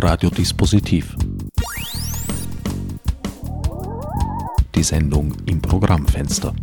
Radiodispositiv. Die Sendung im Programmfenster.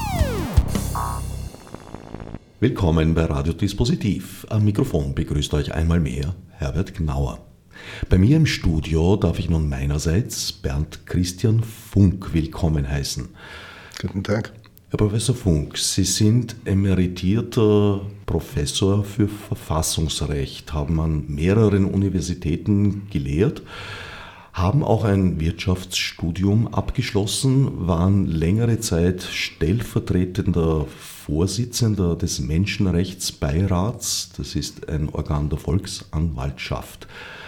Willkommen bei Radiodispositiv. Am Mikrofon begrüßt euch einmal mehr Herbert Gnauer. Bei mir im Studio darf ich nun meinerseits Bernd Christian Funk willkommen heißen. Guten Tag. Herr Professor Funk, Sie sind emeritierter Professor für Verfassungsrecht, haben an mehreren Universitäten gelehrt, haben auch ein Wirtschaftsstudium abgeschlossen, waren längere Zeit stellvertretender Vorsitzender des Menschenrechtsbeirats, das ist ein Organ der Volksanwaltschaft.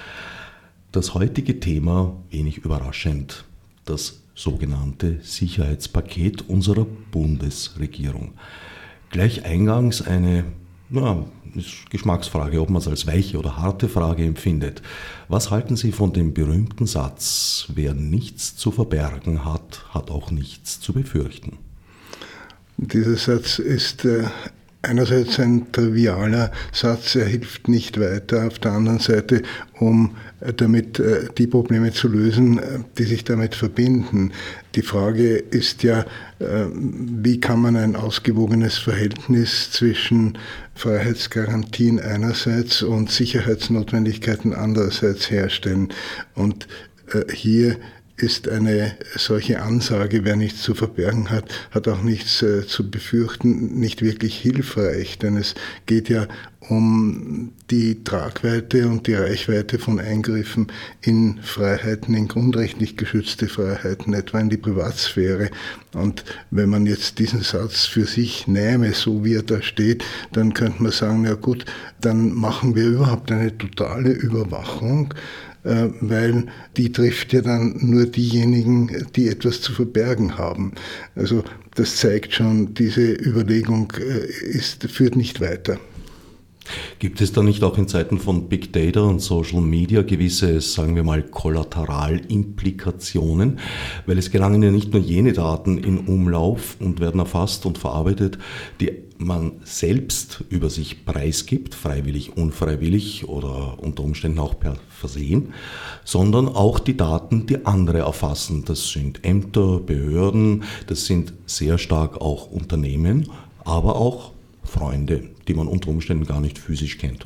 Das heutige Thema, wenig überraschend, das sogenannte Sicherheitspaket unserer Bundesregierung. Gleich eingangs eine Geschmacksfrage, ob man es als weiche oder harte Frage empfindet. Was halten Sie von dem berühmten Satz, wer nichts zu verbergen hat, hat auch nichts zu befürchten? Dieser Satz ist einerseits ein trivialer Satz, er hilft nicht weiter, auf der anderen Seite, um damit die Probleme zu lösen, die sich damit verbinden. Die Frage ist ja, wie kann man ein ausgewogenes Verhältnis zwischen Freiheitsgarantien einerseits und Sicherheitsnotwendigkeiten andererseits herstellen. Und hier ist eine solche Ansage, wer nichts zu verbergen hat, hat auch nichts zu befürchten, nicht wirklich hilfreich. Denn es geht ja um die Tragweite und die Reichweite von Eingriffen in Freiheiten, in grundrechtlich geschützte Freiheiten, etwa in die Privatsphäre. Und wenn man jetzt diesen Satz für sich nähme, so wie er da steht, dann könnte man sagen, ja gut, dann machen wir überhaupt eine totale Überwachung, weil die trifft ja dann nur diejenigen, die etwas zu verbergen haben. Also das zeigt schon, diese Überlegung führt nicht weiter. Gibt es da nicht auch in Zeiten von Big Data und Social Media gewisse, sagen wir mal, Kollateralimplikationen? Weil es gelangen ja nicht nur jene Daten in Umlauf und werden erfasst und verarbeitet, die man selbst über sich preisgibt, freiwillig, unfreiwillig oder unter Umständen auch per Versehen, sondern auch die Daten, die andere erfassen. Das sind Ämter, Behörden, das sind sehr stark auch Unternehmen, aber auch Freunde, die man unter Umständen gar nicht physisch kennt.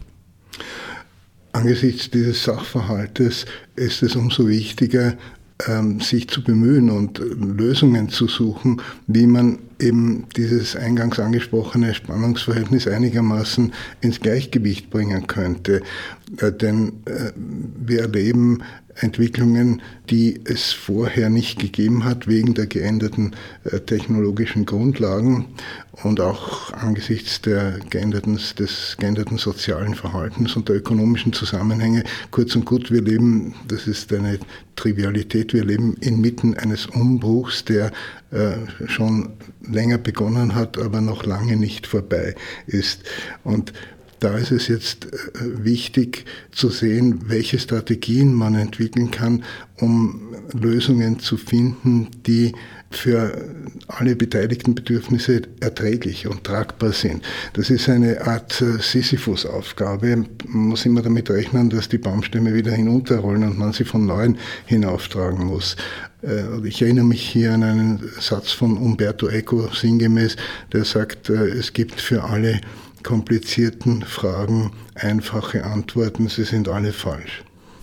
Angesichts dieses Sachverhaltes ist es umso wichtiger, sich zu bemühen und Lösungen zu suchen, wie man eben dieses eingangs angesprochene Spannungsverhältnis einigermaßen ins Gleichgewicht bringen könnte. Denn wir erleben Entwicklungen, die es vorher nicht gegeben hat, wegen der geänderten technologischen Grundlagen und auch angesichts des geänderten sozialen Verhaltens und der ökonomischen Zusammenhänge. Kurz und gut, wir leben, das ist eine Trivialität, wir leben inmitten eines Umbruchs, der schon länger begonnen hat, aber noch lange nicht vorbei ist. Und da ist es jetzt wichtig zu sehen, welche Strategien man entwickeln kann, um Lösungen zu finden, die für alle beteiligten Bedürfnisse erträglich und tragbar sind. Das ist eine Art Sisyphus-Aufgabe. Man muss immer damit rechnen, dass die Baumstämme wieder hinunterrollen und man sie von neuem hinauftragen muss. Ich erinnere mich hier an einen Satz von Umberto Eco sinngemäß, der sagt, es gibt für alle komplizierten Fragen einfache Antworten, sie sind alle falsch.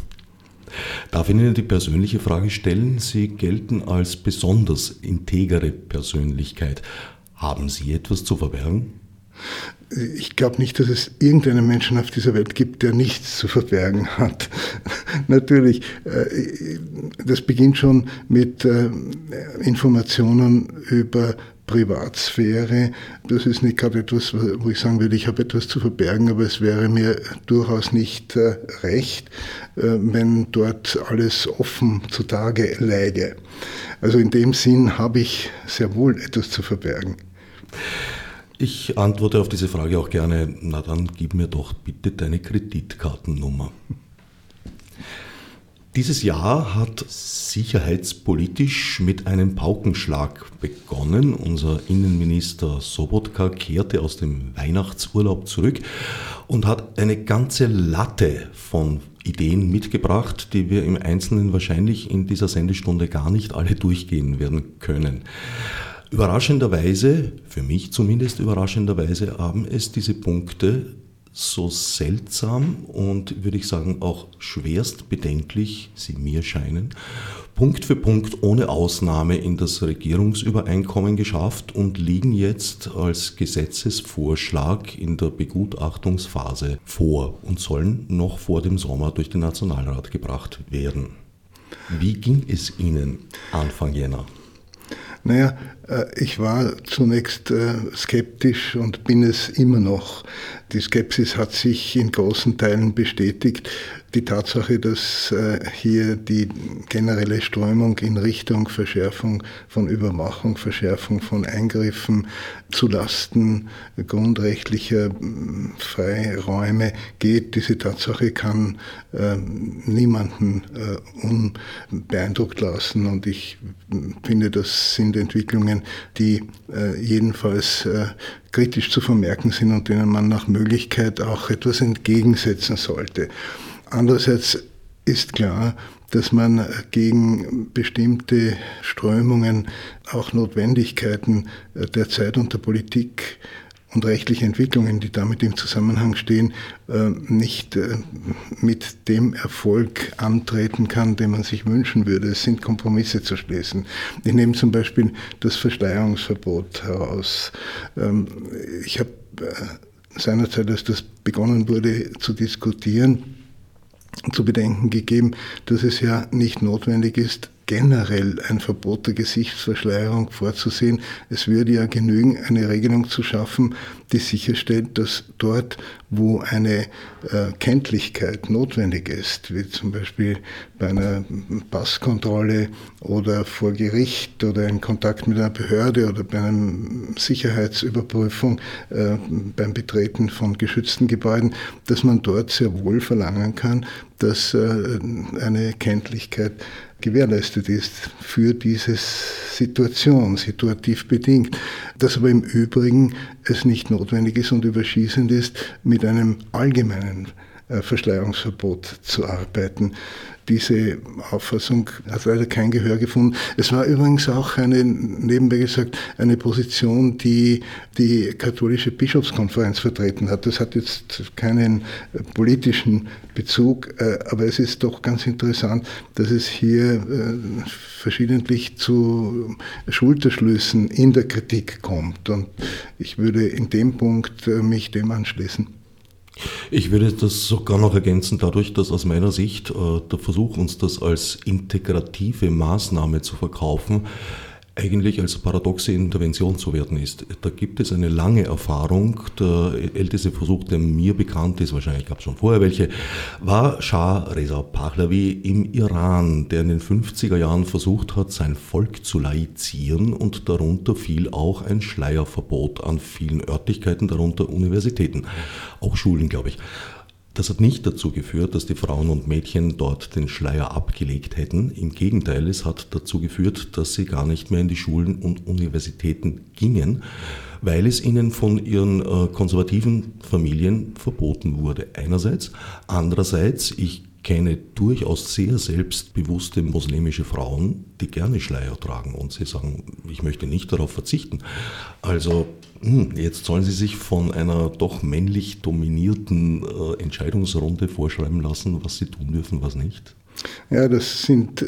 Darf ich Ihnen die persönliche Frage stellen? Sie gelten als besonders integere Persönlichkeit. Haben Sie etwas zu verbergen? Ich glaube nicht, dass es irgendeinen Menschen auf dieser Welt gibt, der nichts zu verbergen hat. Natürlich, das beginnt schon mit Informationen über Privatsphäre. Das ist nicht gerade etwas, wo ich sagen würde, ich habe etwas zu verbergen, aber es wäre mir durchaus nicht recht, wenn dort alles offen zutage läge. Also in dem Sinn habe ich sehr wohl etwas zu verbergen. Ich antworte auf diese Frage auch gerne, na dann gib mir doch bitte deine Kreditkartennummer. Dieses Jahr hat sicherheitspolitisch mit einem Paukenschlag begonnen. Unser Innenminister Sobotka kehrte aus dem Weihnachtsurlaub zurück und hat eine ganze Latte von Ideen mitgebracht, die wir im Einzelnen wahrscheinlich in dieser Sendestunde gar nicht alle durchgehen werden können. Überraschenderweise, für mich zumindest überraschenderweise, haben es diese Punkte so seltsam und, würde ich sagen, auch schwerst bedenklich sie mir scheinen, Punkt für Punkt ohne Ausnahme in das Regierungsübereinkommen geschafft und liegen jetzt als Gesetzesvorschlag in der Begutachtungsphase vor und sollen noch vor dem Sommer durch den Nationalrat gebracht werden. Wie ging es Ihnen Anfang Jänner? Naja, ich war zunächst skeptisch und bin es immer noch. Die Skepsis hat sich in großen Teilen bestätigt. Die Tatsache, dass hier die generelle Strömung in Richtung Verschärfung von Überwachung, Verschärfung von Eingriffen zulasten grundrechtlicher Freiräume geht, diese Tatsache kann niemanden unbeeindruckt lassen. Und ich finde, das sind Entwicklungen, die jedenfalls kritisch zu vermerken sind und denen man nach Möglichkeit auch etwas entgegensetzen sollte. Andererseits ist klar, dass man gegen bestimmte Strömungen auch Notwendigkeiten der Zeit und der Politik und rechtliche Entwicklungen, die damit im Zusammenhang stehen, nicht mit dem Erfolg antreten kann, den man sich wünschen würde. Es sind Kompromisse zu schließen. Ich nehme zum Beispiel das Verschleierungsverbot heraus. Ich habe seinerzeit, als das begonnen wurde zu diskutieren, zu bedenken gegeben, dass es ja nicht notwendig ist, generell ein Verbot der Gesichtsverschleierung vorzusehen. Es würde ja genügen, eine Regelung zu schaffen, die sicherstellt, dass dort, wo eine Kenntlichkeit notwendig ist, wie zum Beispiel bei einer Passkontrolle oder vor Gericht oder in Kontakt mit einer Behörde oder bei einer Sicherheitsüberprüfung beim Betreten von geschützten Gebäuden, dass man dort sehr wohl verlangen kann, dass eine Kenntlichkeit gewährleistet ist für diese Situation, situativ bedingt. Dass aber im Übrigen es nicht notwendig ist und überschießend ist, mit einem allgemeinen Verschleierungsverbot zu arbeiten. Diese Auffassung hat leider kein Gehör gefunden. Es war übrigens auch nebenbei gesagt, eine Position, die die katholische Bischofskonferenz vertreten hat. Das hat jetzt keinen politischen Bezug, aber es ist doch ganz interessant, dass es hier verschiedentlich zu Schulterschlüssen in der Kritik kommt. Und ich würde in dem Punkt mich dem anschließen. Ich würde das sogar noch ergänzen dadurch, dass aus meiner Sicht der Versuch, uns das als integrative Maßnahme zu verkaufen, eigentlich als paradoxe Intervention zu werten ist. Da gibt es eine lange Erfahrung. Der älteste Versuch, der mir bekannt ist, wahrscheinlich gab es schon vorher welche, war Schah Reza Pahlavi im Iran, der in den 50er Jahren versucht hat, sein Volk zu laizieren, und darunter fiel auch ein Schleierverbot an vielen Örtlichkeiten, darunter Universitäten, auch Schulen, glaube ich. Das hat nicht dazu geführt, dass die Frauen und Mädchen dort den Schleier abgelegt hätten. Im Gegenteil, es hat dazu geführt, dass sie gar nicht mehr in die Schulen und Universitäten gingen, weil es ihnen von ihren konservativen Familien verboten wurde. Einerseits. Andererseits, ich kenne durchaus sehr selbstbewusste muslimische Frauen, die gerne Schleier tragen und sie sagen, ich möchte nicht darauf verzichten. Also jetzt sollen sie sich von einer doch männlich dominierten Entscheidungsrunde vorschreiben lassen, was sie tun dürfen, was nicht. Ja, das sind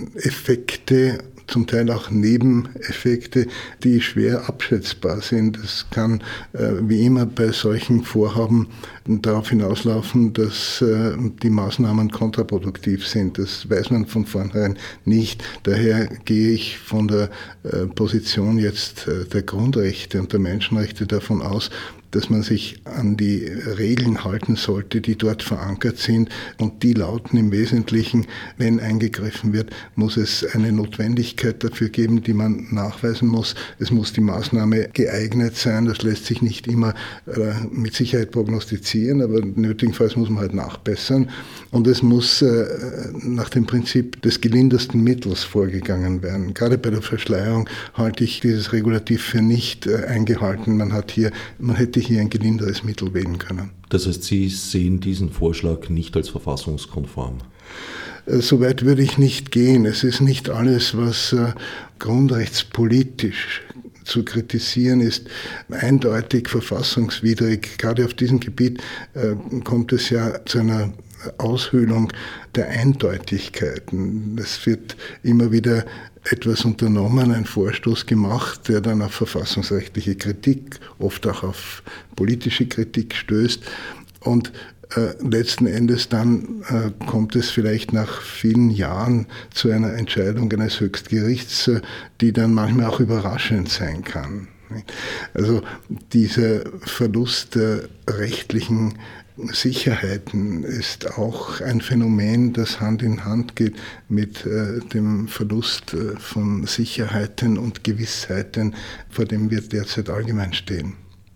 Effekte, zum Teil auch Nebeneffekte, die schwer abschätzbar sind. Es kann wie immer bei solchen Vorhaben darauf hinauslaufen, dass die Maßnahmen kontraproduktiv sind. Das weiß man von vornherein nicht. Daher gehe ich von der Position jetzt der Grundrechte und der Menschenrechte davon aus, dass man sich an die Regeln halten sollte, die dort verankert sind. Und die lauten im Wesentlichen, wenn eingegriffen wird, muss es eine Notwendigkeit dafür geben, die man nachweisen muss. Es muss die Maßnahme geeignet sein. Das lässt sich nicht immer mit Sicherheit prognostizieren, aber nötigenfalls muss man halt nachbessern. Und es muss nach dem Prinzip des gelindersten Mittels vorgegangen werden. Gerade bei der Verschleierung halte ich dieses Regulativ für nicht eingehalten. Man hätte hier ein gelinderes Mittel wählen können. Das heißt, Sie sehen diesen Vorschlag nicht als verfassungskonform? Soweit würde ich nicht gehen. Es ist nicht alles, was grundrechtspolitisch zu kritisieren ist, eindeutig verfassungswidrig. Gerade auf diesem Gebiet kommt es ja zu einer Aushöhlung der Eindeutigkeiten. Es wird immer wieder etwas unternommen, ein Vorstoß gemacht, der dann auf verfassungsrechtliche Kritik, oft auch auf politische Kritik stößt. Und letzten Endes dann kommt es vielleicht nach vielen Jahren zu einer Entscheidung eines Höchstgerichts, die dann manchmal auch überraschend sein kann. Also dieser Verlust der rechtlichen Sicherheiten ist auch ein Phänomen, das Hand in Hand geht mit dem Verlust von Sicherheiten und Gewissheiten, vor dem wir derzeit allgemein stehen.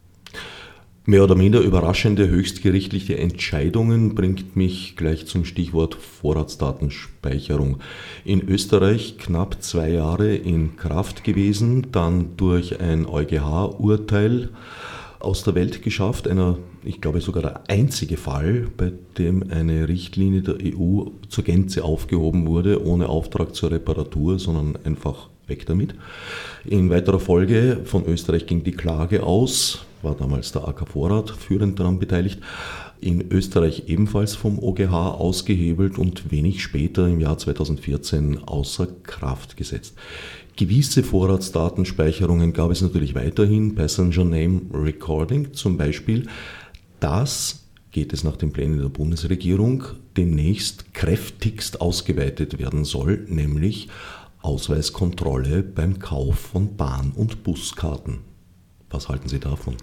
Mehr oder minder überraschende höchstgerichtliche Entscheidungen bringt mich gleich zum Stichwort Vorratsdatenspeicherung. In Österreich knapp 2 Jahre in Kraft gewesen, dann durch ein EuGH-Urteil aus der Welt geschafft, ich glaube sogar der einzige Fall, bei dem eine Richtlinie der EU zur Gänze aufgehoben wurde, ohne Auftrag zur Reparatur, sondern einfach weg damit. In weiterer Folge von Österreich ging die Klage aus, war damals der AK Vorrat führend daran beteiligt, in Österreich ebenfalls vom OGH ausgehebelt und wenig später im Jahr 2014 außer Kraft gesetzt. Gewisse Vorratsdatenspeicherungen gab es natürlich weiterhin, Passenger Name Recording zum Beispiel. Das, geht es nach den Plänen der Bundesregierung, demnächst kräftigst ausgeweitet werden soll, nämlich Ausweiskontrolle beim Kauf von Bahn- und Buskarten. Was halten Sie davon?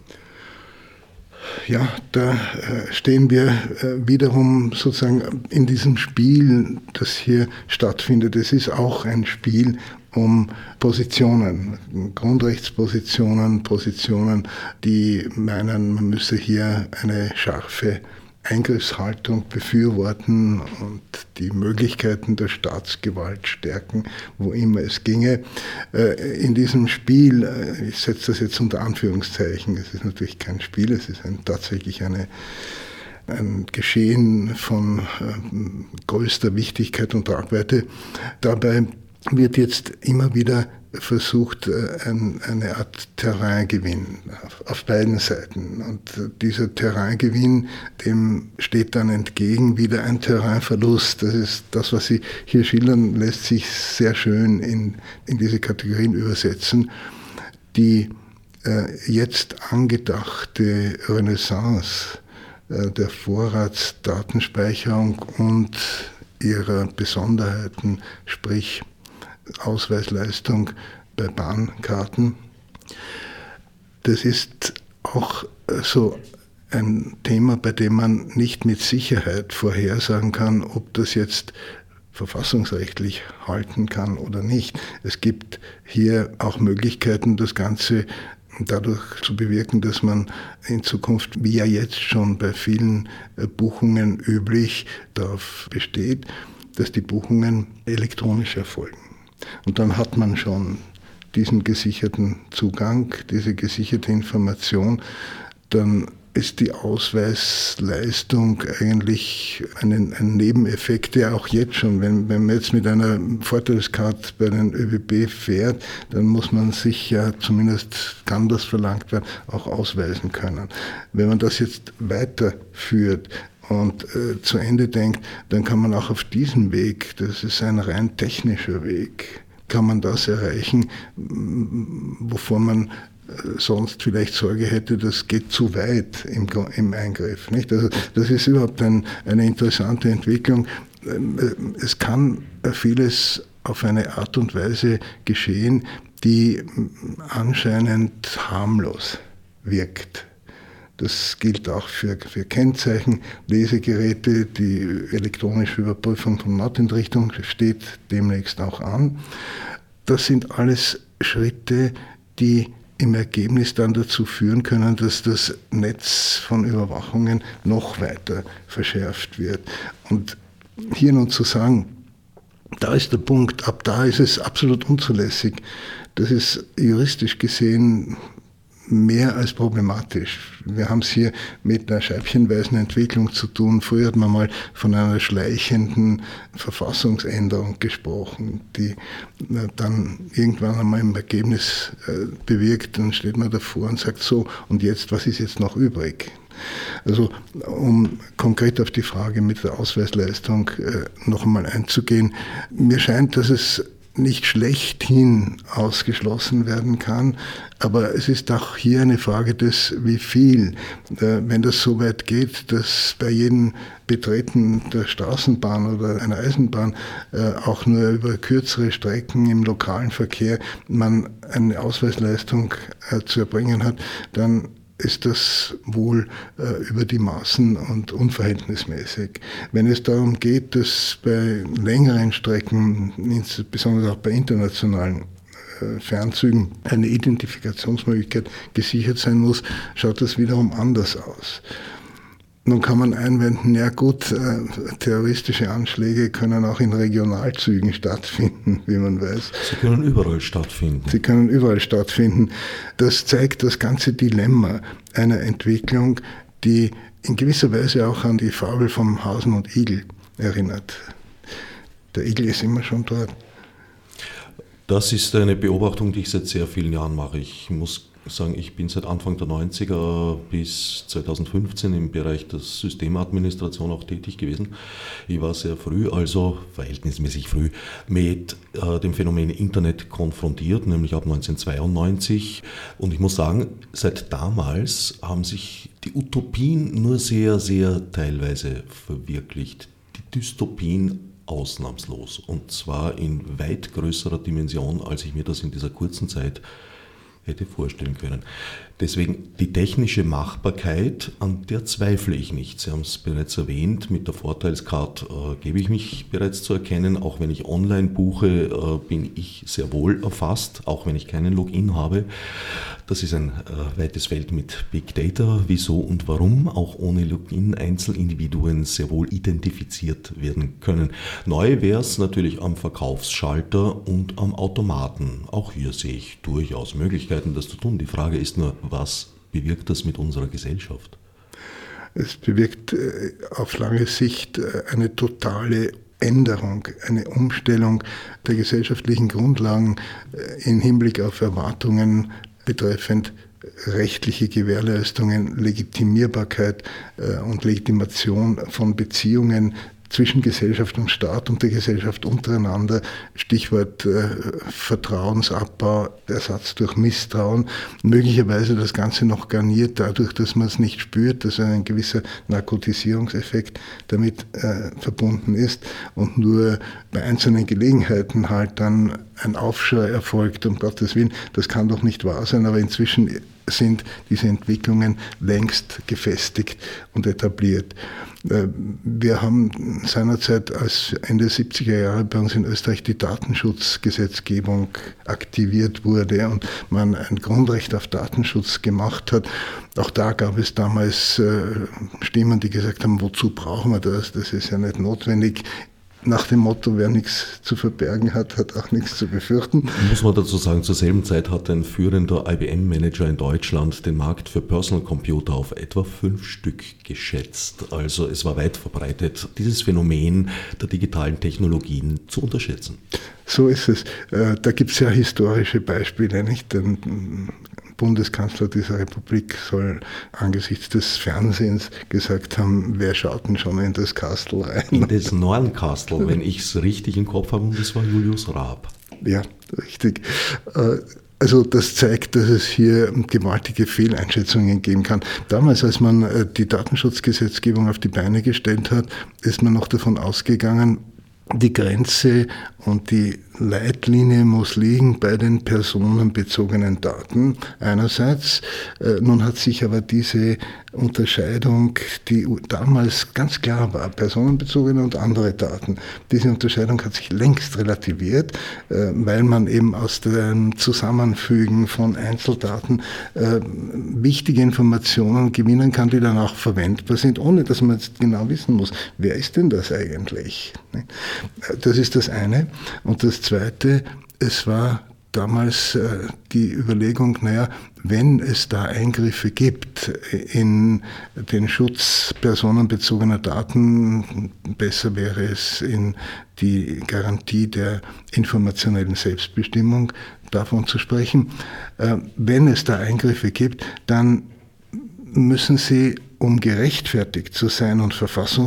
Ja, da stehen wir wiederum sozusagen in diesem Spiel, das hier stattfindet. Es ist auch ein Spiel um Positionen, Grundrechtspositionen, Positionen, die meinen, man müsse hier eine scharfe Eingriffshaltung befürworten und die Möglichkeiten der Staatsgewalt stärken, wo immer es ginge. In diesem Spiel, ich setze das jetzt unter Anführungszeichen, es ist natürlich kein Spiel, es ist tatsächlich ein Geschehen von größter Wichtigkeit und Tragweite. Dabei wird jetzt immer wieder versucht, eine Art Terraingewinn auf beiden Seiten. Und dieser Terraingewinn, dem steht dann entgegen wieder ein Terrainverlust. Das ist das, was Sie hier schildern, lässt sich sehr schön in diese Kategorien übersetzen. Die jetzt angedachte Renaissance der Vorratsdatenspeicherung und ihrer Besonderheiten, sprich Ausweisleistung bei Bahnkarten. Das ist auch so ein Thema, bei dem man nicht mit Sicherheit vorhersagen kann, ob das jetzt verfassungsrechtlich halten kann oder nicht. Es gibt hier auch Möglichkeiten, das Ganze dadurch zu bewirken, dass man in Zukunft, wie ja jetzt schon bei vielen Buchungen üblich, darauf besteht, dass die Buchungen elektronisch erfolgen. Und dann hat man schon diesen gesicherten Zugang, diese gesicherte Information. Dann ist die Ausweisleistung eigentlich ein Nebeneffekt, der auch jetzt schon, wenn man jetzt mit einer Vorteilskarte bei den ÖBB fährt, dann muss man sich ja, zumindest kann das verlangt werden, auch ausweisen können. Wenn man das jetzt weiterführt und zu Ende denkt, dann kann man auch auf diesem Weg, das ist ein rein technischer Weg, kann man das erreichen, wovor man sonst vielleicht Sorge hätte, das geht zu weit im Eingriff. Nicht? Also das ist überhaupt eine interessante Entwicklung. Es kann vieles auf eine Art und Weise geschehen, die anscheinend harmlos wirkt. Das gilt auch für Kennzeichen, Lesegeräte, die elektronische Überprüfung von Maut-Entrichtung steht demnächst auch an. Das sind alles Schritte, die im Ergebnis dann dazu führen können, dass das Netz von Überwachungen noch weiter verschärft wird. Und hier nun zu sagen, da ist der Punkt, ab da ist es absolut unzulässig, das ist juristisch gesehen mehr als problematisch. Wir haben es hier mit einer scheibchenweisen Entwicklung zu tun. Früher hat man mal von einer schleichenden Verfassungsänderung gesprochen, die dann irgendwann einmal im Ergebnis bewirkt. Dann steht man davor und sagt so, und jetzt, was ist jetzt noch übrig? Also um konkret auf die Frage mit der Ausweisleistung noch einmal einzugehen, mir scheint, dass es nicht schlechthin ausgeschlossen werden kann, aber es ist auch hier eine Frage des wie viel. Wenn das so weit geht, dass bei jedem Betreten der Straßenbahn oder einer Eisenbahn auch nur über kürzere Strecken im lokalen Verkehr man eine Ausweisleistung zu erbringen hat, dann ist das wohl über die Maßen und unverhältnismäßig. Wenn es darum geht, dass bei längeren Strecken, insbesondere auch bei internationalen Fernzügen, eine Identifikationsmöglichkeit gesichert sein muss, schaut das wiederum anders aus. Nun kann man einwenden, ja gut, terroristische Anschläge können auch in Regionalzügen stattfinden, wie man weiß. Sie können überall stattfinden. Sie können überall stattfinden. Das zeigt das ganze Dilemma einer Entwicklung, die in gewisser Weise auch an die Fabel vom Hasen und Igel erinnert. Der Igel ist immer schon dort. Das ist eine Beobachtung, die ich seit sehr vielen Jahren mache. Ich muss sagen, ich bin seit Anfang der 90er bis 2015 im Bereich der Systemadministration auch tätig gewesen. Ich war sehr früh, also verhältnismäßig früh, mit dem Phänomen Internet konfrontiert, nämlich ab 1992. Und ich muss sagen, seit damals haben sich die Utopien nur sehr, sehr teilweise verwirklicht. Die Dystopien ausnahmslos. Und zwar in weit größerer Dimension, als ich mir das in dieser kurzen Zeit hätte vorstellen können. Deswegen die technische Machbarkeit, an der zweifle ich nicht. Sie haben es bereits erwähnt, mit der Vorteilskarte gebe ich mich bereits zu erkennen. Auch wenn ich online buche, bin ich sehr wohl erfasst, auch wenn ich keinen Login habe. Das ist ein weites Feld mit Big Data, wieso und warum auch ohne Login Einzelindividuen sehr wohl identifiziert werden können. Neu wäre es natürlich am Verkaufsschalter und am Automaten. Auch hier sehe ich durchaus Möglichkeiten, das zu tun. Die Frage ist nur, was bewirkt das mit unserer Gesellschaft? Es bewirkt auf lange Sicht eine totale Änderung, eine Umstellung der gesellschaftlichen Grundlagen im Hinblick auf Erwartungen betreffend rechtliche Gewährleistungen, Legitimierbarkeit und Legitimation von Beziehungen zwischen Gesellschaft und Staat und der Gesellschaft untereinander, Stichwort Vertrauensabbau, Ersatz durch Misstrauen, möglicherweise das Ganze noch garniert dadurch, dass man es nicht spürt, dass ein gewisser Narkotisierungseffekt damit verbunden ist und nur bei einzelnen Gelegenheiten halt dann ein Aufschrei erfolgt, um Gottes Willen, das kann doch nicht wahr sein, aber inzwischen sind diese Entwicklungen längst gefestigt und etabliert. Wir haben seinerzeit, als Ende 70er Jahre bei uns in Österreich die Datenschutzgesetzgebung aktiviert wurde und man ein Grundrecht auf Datenschutz gemacht hat, auch da gab es damals Stimmen, die gesagt haben, wozu brauchen wir das? Das ist ja nicht notwendig. Nach dem Motto, wer nichts zu verbergen hat, hat auch nichts zu befürchten. Muss man dazu sagen, zur selben Zeit hat ein führender IBM-Manager in Deutschland den Markt für Personal Computer auf etwa 5 Stück geschätzt. Also es war weit verbreitet, dieses Phänomen der digitalen Technologien zu unterschätzen. So ist es. Da gibt es ja historische Beispiele, nicht? Denn Bundeskanzler dieser Republik soll angesichts des Fernsehens gesagt haben, wer schaut denn schon in das Kastel rein? In das Nornkastel, wenn ich es richtig im Kopf habe, und das war Julius Raab. Ja, richtig. Also das zeigt, dass es hier gewaltige Fehleinschätzungen geben kann. Damals, als man die Datenschutzgesetzgebung auf die Beine gestellt hat, ist man noch davon ausgegangen, die Grenze und die Leitlinie muss liegen bei den personenbezogenen Daten einerseits. Nun hat sich aber diese Unterscheidung, die damals ganz klar war, personenbezogene und andere Daten, diese Unterscheidung hat sich längst relativiert, weil man eben aus dem Zusammenfügen von Einzeldaten wichtige Informationen gewinnen kann, die dann auch verwendbar sind, ohne dass man jetzt genau wissen muss, wer ist denn das eigentlich? Das ist das eine. Und das Zweite, es war damals die Überlegung, wenn es da Eingriffe gibt in den Schutz personenbezogener Daten, besser wäre es in die Garantie der informationellen Selbstbestimmung, davon zu sprechen. Wenn es da Eingriffe gibt, dann müssen sie, um gerechtfertigt zu sein und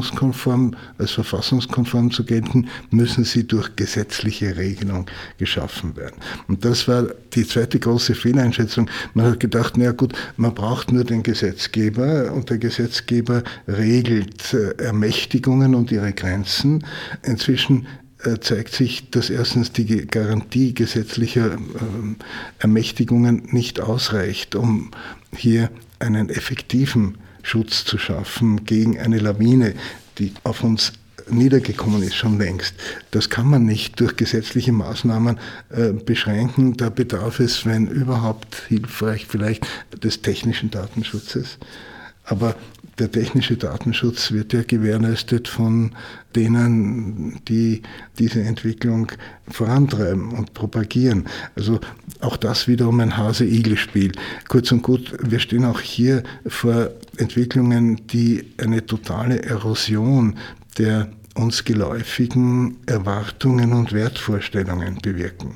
als verfassungskonform zu gelten, müssen sie durch gesetzliche Regelung geschaffen werden. Und das war die zweite große Fehleinschätzung. Man hat gedacht, man braucht nur den Gesetzgeber und der Gesetzgeber regelt Ermächtigungen und ihre Grenzen. Inzwischen zeigt sich, dass erstens die Garantie gesetzlicher Ermächtigungen nicht ausreicht, um hier einen effektiven Schutz zu schaffen gegen eine Lawine, die auf uns niedergekommen ist schon längst. Das kann man nicht durch gesetzliche Maßnahmen beschränken. Da bedarf es, wenn überhaupt, hilfreich vielleicht des technischen Datenschutzes. Aber der technische Datenschutz wird ja gewährleistet von denen, die diese Entwicklung vorantreiben und propagieren. Also auch das wiederum ein Hase-Igel-Spiel. Kurz und gut, wir stehen auch hier vor Entwicklungen, die eine totale Erosion der uns geläufigen Erwartungen und Wertvorstellungen bewirken.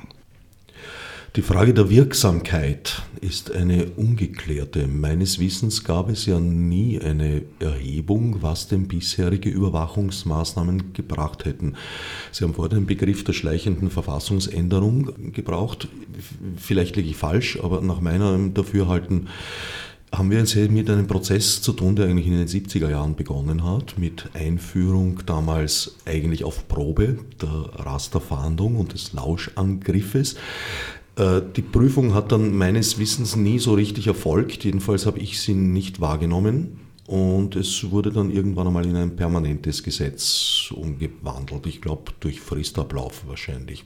Die Frage der Wirksamkeit ist eine ungeklärte. Meines Wissens gab es ja nie eine Erhebung, was denn bisherige Überwachungsmaßnahmen gebracht hätten. Sie haben vorhin den Begriff der schleichenden Verfassungsänderung gebraucht. Vielleicht liege ich falsch, aber nach meinem Dafürhalten haben wir es hier mit einem Prozess zu tun, der eigentlich in den 70er Jahren begonnen hat, mit Einführung damals eigentlich auf Probe der Rasterfahndung und des Lauschangriffes. Die Prüfung hat dann meines Wissens nie so richtig erfolgt, jedenfalls habe ich sie nicht wahrgenommen und es wurde dann irgendwann einmal in ein permanentes Gesetz umgewandelt, ich glaube durch Fristablauf wahrscheinlich.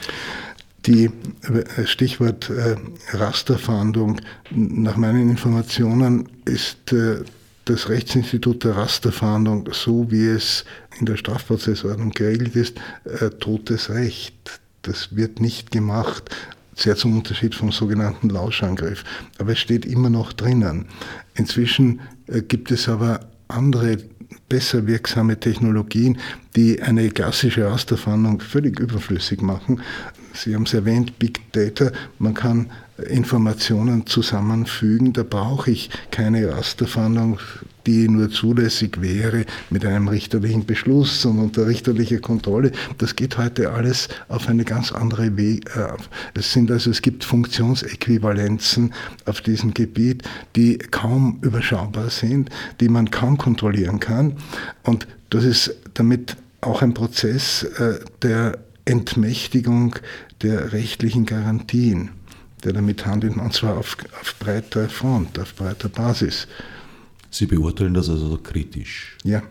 Die Stichwort Rasterfahndung, nach meinen Informationen ist das Rechtsinstitut der Rasterfahndung, so wie es in der Strafprozessordnung geregelt ist, totes Recht. Das wird nicht gemacht. Sehr zum Unterschied vom sogenannten Lauschangriff. Aber es steht immer noch drinnen. Inzwischen gibt es aber andere, besser wirksame Technologien, die eine klassische Rasterfahndung völlig überflüssig machen. Sie haben es erwähnt, Big Data. Man kann Informationen zusammenfügen. Da brauche ich keine Rasterfahndung, die nur zulässig wäre mit einem richterlichen Beschluss und unter richterlicher Kontrolle. Das geht heute alles auf eine ganz andere Wege. Es gibt Funktionsäquivalenzen auf diesem Gebiet, die kaum überschaubar sind, die man kaum kontrollieren kann. Und das ist damit auch ein Prozess der Entmächtigung der rechtlichen Garantien, der damit handelt, und zwar auf breiter Front, auf breiter Basis. Sie beurteilen das also kritisch? Ja.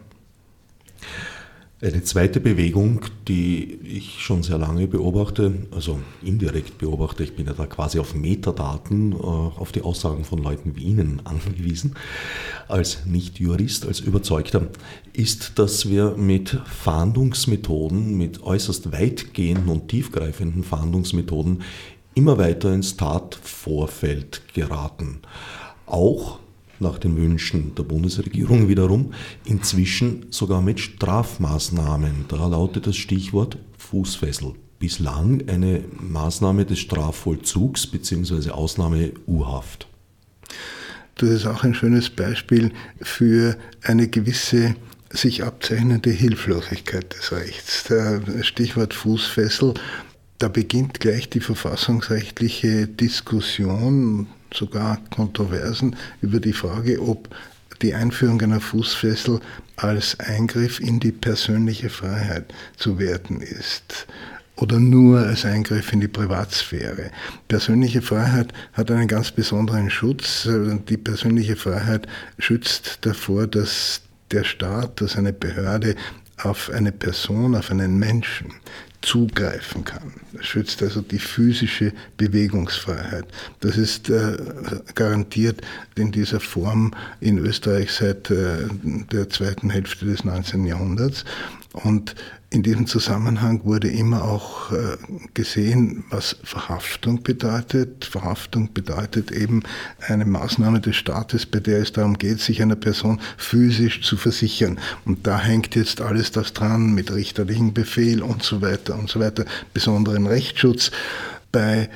Eine zweite Bewegung, die ich schon sehr lange beobachte, also indirekt beobachte, ich bin ja da quasi auf Metadaten, auf die Aussagen von Leuten wie Ihnen angewiesen, als Nicht-Jurist, als Überzeugter, ist, dass wir mit Fahndungsmethoden, mit äußerst weitgehenden und tiefgreifenden Fahndungsmethoden immer weiter ins Tatvorfeld geraten. Auch nach den Wünschen der Bundesregierung wiederum, inzwischen sogar mit Strafmaßnahmen. Da lautet das Stichwort Fußfessel. Bislang eine Maßnahme des Strafvollzugs bzw. Ausnahme U-Haft. Das ist auch ein schönes Beispiel für eine gewisse sich abzeichnende Hilflosigkeit des Rechts. Stichwort Fußfessel, da beginnt gleich die verfassungsrechtliche Diskussion, sogar Kontroversen über die Frage, ob die Einführung einer Fußfessel als Eingriff in die persönliche Freiheit zu werten ist oder nur als Eingriff in die Privatsphäre. Persönliche Freiheit hat einen ganz besonderen Schutz. Die persönliche Freiheit schützt davor, dass der Staat, dass eine Behörde auf eine Person, auf einen Menschen zugreifen kann. Das schützt also die physische Bewegungsfreiheit. Das ist garantiert in dieser Form in Österreich seit der zweiten Hälfte des 19. Jahrhunderts. Und in diesem Zusammenhang wurde immer auch gesehen, was Verhaftung bedeutet. Verhaftung bedeutet eben eine Maßnahme des Staates, bei der es darum geht, sich einer Person physisch zu versichern. Und da hängt jetzt alles das dran mit richterlichem Befehl und so weiter, besonderen Rechtsschutz. Bei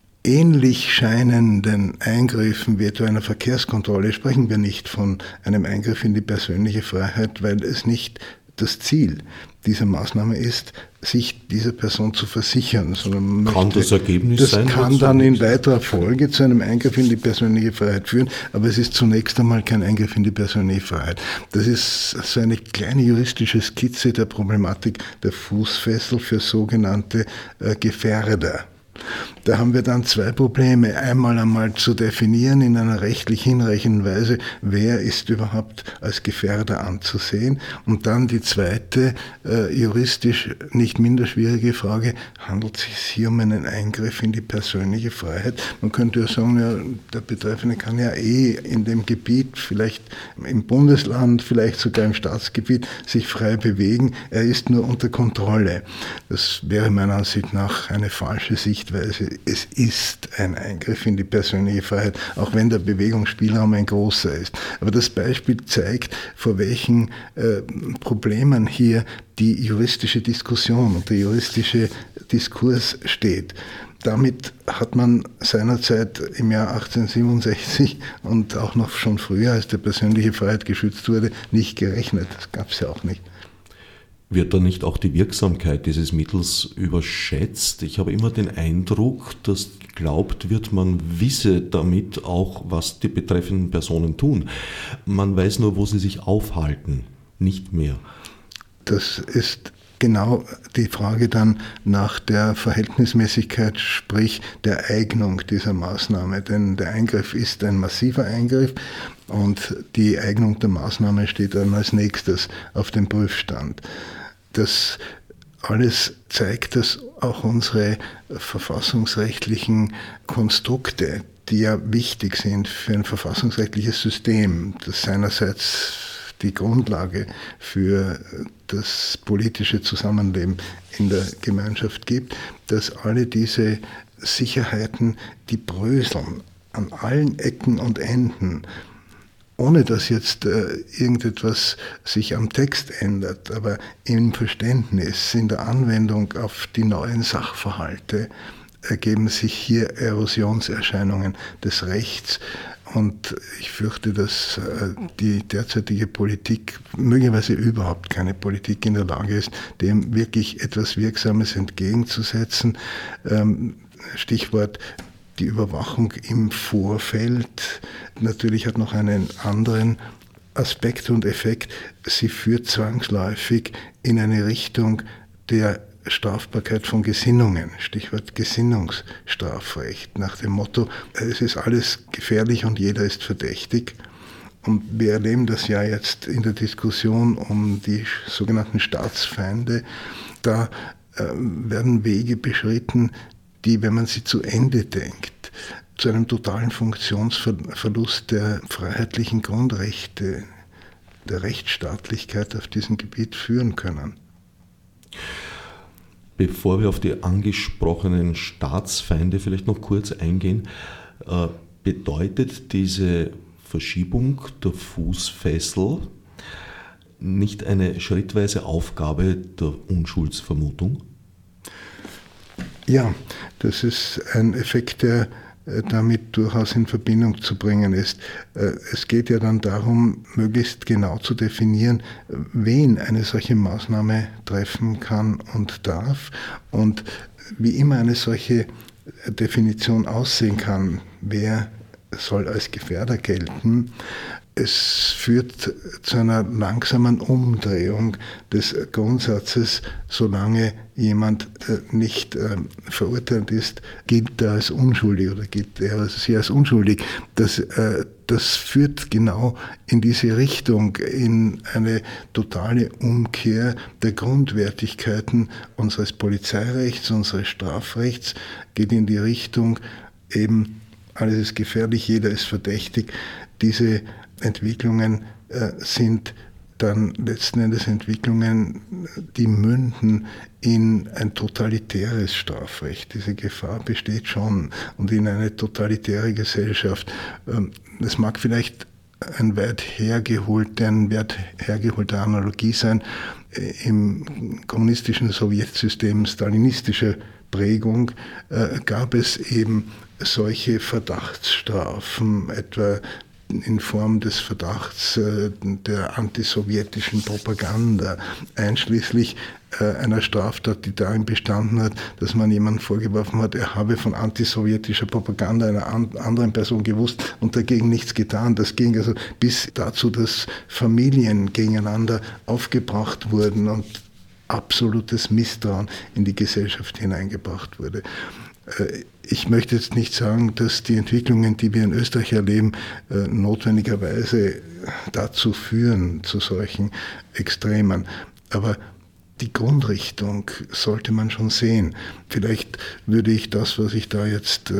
ähnlich scheinenden Eingriffen wie etwa einer Verkehrskontrolle sprechen wir nicht von einem Eingriff in die persönliche Freiheit, weil es nicht das Ziel dieser Maßnahme ist, sich dieser Person zu versichern. Sondern kann das Ergebnis sein? Das kann dann in weiterer Folge zu einem Eingriff in die persönliche Freiheit führen, aber es ist zunächst einmal kein Eingriff in die persönliche Freiheit. Das ist so eine kleine juristische Skizze der Problematik der Fußfessel für sogenannte Gefährder. Da haben wir dann zwei Probleme. Einmal zu definieren in einer rechtlich hinreichenden Weise, wer ist überhaupt als Gefährder anzusehen. Und dann die zweite, juristisch nicht minder schwierige Frage, handelt es sich hier um einen Eingriff in die persönliche Freiheit? Man könnte ja sagen, ja, der Betreffende kann ja in dem Gebiet, vielleicht im Bundesland, vielleicht sogar im Staatsgebiet, sich frei bewegen. Er ist nur unter Kontrolle. Das wäre meiner Ansicht nach eine falsche Sichtweise. Es ist ein Eingriff in die persönliche Freiheit, auch wenn der Bewegungsspielraum ein großer ist. Aber das Beispiel zeigt, vor welchen Problemen hier die juristische Diskussion und der juristische Diskurs steht. Damit hat man seinerzeit im Jahr 1867 und auch noch schon früher, als die persönliche Freiheit geschützt wurde, nicht gerechnet. Das gab es ja auch nicht. Wird da nicht auch die Wirksamkeit dieses Mittels überschätzt? Ich habe immer den Eindruck, dass geglaubt wird, man wisse damit auch, was die betreffenden Personen tun. Man weiß nur, wo sie sich aufhalten, nicht mehr. Das ist genau die Frage dann nach der Verhältnismäßigkeit, sprich der Eignung dieser Maßnahme. Denn der Eingriff ist ein massiver Eingriff und die Eignung der Maßnahme steht dann als nächstes auf dem Prüfstand. Das alles zeigt, dass auch unsere verfassungsrechtlichen Konstrukte, die ja wichtig sind für ein verfassungsrechtliches System, das seinerseits die Grundlage für das politische Zusammenleben in der Gemeinschaft gibt, dass alle diese Sicherheiten, die bröseln an allen Ecken und Enden, ohne dass jetzt irgendetwas sich am Text ändert, aber im Verständnis, in der Anwendung auf die neuen Sachverhalte ergeben sich hier Erosionserscheinungen des Rechts. Und ich fürchte, dass die derzeitige Politik, möglicherweise überhaupt keine Politik in der Lage ist, dem wirklich etwas Wirksames entgegenzusetzen. Stichwort die Überwachung im Vorfeld natürlich hat noch einen anderen Aspekt und Effekt. Sie führt zwangsläufig in eine Richtung der Strafbarkeit von Gesinnungen, Stichwort Gesinnungsstrafrecht, nach dem Motto, es ist alles gefährlich und jeder ist verdächtig. Und wir erleben das ja jetzt in der Diskussion um die sogenannten Staatsfeinde. Da werden Wege beschritten, die, wenn man sie zu Ende denkt, zu einem totalen Funktionsverlust der freiheitlichen Grundrechte, der Rechtsstaatlichkeit auf diesem Gebiet führen können. Bevor wir auf die angesprochenen Staatsfeinde vielleicht noch kurz eingehen, bedeutet diese Verschiebung der Fußfessel nicht eine schrittweise Aufgabe der Unschuldsvermutung? Ja, das ist ein Effekt, der damit durchaus in Verbindung zu bringen ist. Es geht ja dann darum, möglichst genau zu definieren, wen eine solche Maßnahme treffen kann und darf. Und wie immer eine solche Definition aussehen kann, wer soll als Gefährder gelten, es führt zu einer langsamen Umdrehung des Grundsatzes, solange jemand nicht verurteilt ist, gilt er als unschuldig oder gilt er oder sie als unschuldig. Das führt genau in diese Richtung, in eine totale Umkehr der Grundwertigkeiten unseres Polizeirechts, unseres Strafrechts, geht in die Richtung eben, alles ist gefährlich, jeder ist verdächtig. Diese Entwicklungen sind dann letzten Endes Entwicklungen, die münden in ein totalitäres Strafrecht. Diese Gefahr besteht schon und in eine totalitäre Gesellschaft. Es mag vielleicht eine weit hergeholte Analogie sein. Im kommunistischen Sowjetsystem stalinistischer Prägung gab es eben solche Verdachtsstrafen, etwa in Form des Verdachts der antisowjetischen Propaganda, einschließlich einer Straftat, die darin bestanden hat, dass man jemandem vorgeworfen hat, er habe von antisowjetischer Propaganda einer anderen Person gewusst und dagegen nichts getan. Das ging also bis dazu, dass Familien gegeneinander aufgebracht wurden und absolutes Misstrauen in die Gesellschaft hineingebracht wurde. Ich möchte jetzt nicht sagen, dass die Entwicklungen, die wir in Österreich erleben, notwendigerweise dazu führen, zu solchen Extremen. Aber die Grundrichtung sollte man schon sehen. Vielleicht würde ich das, was ich da jetzt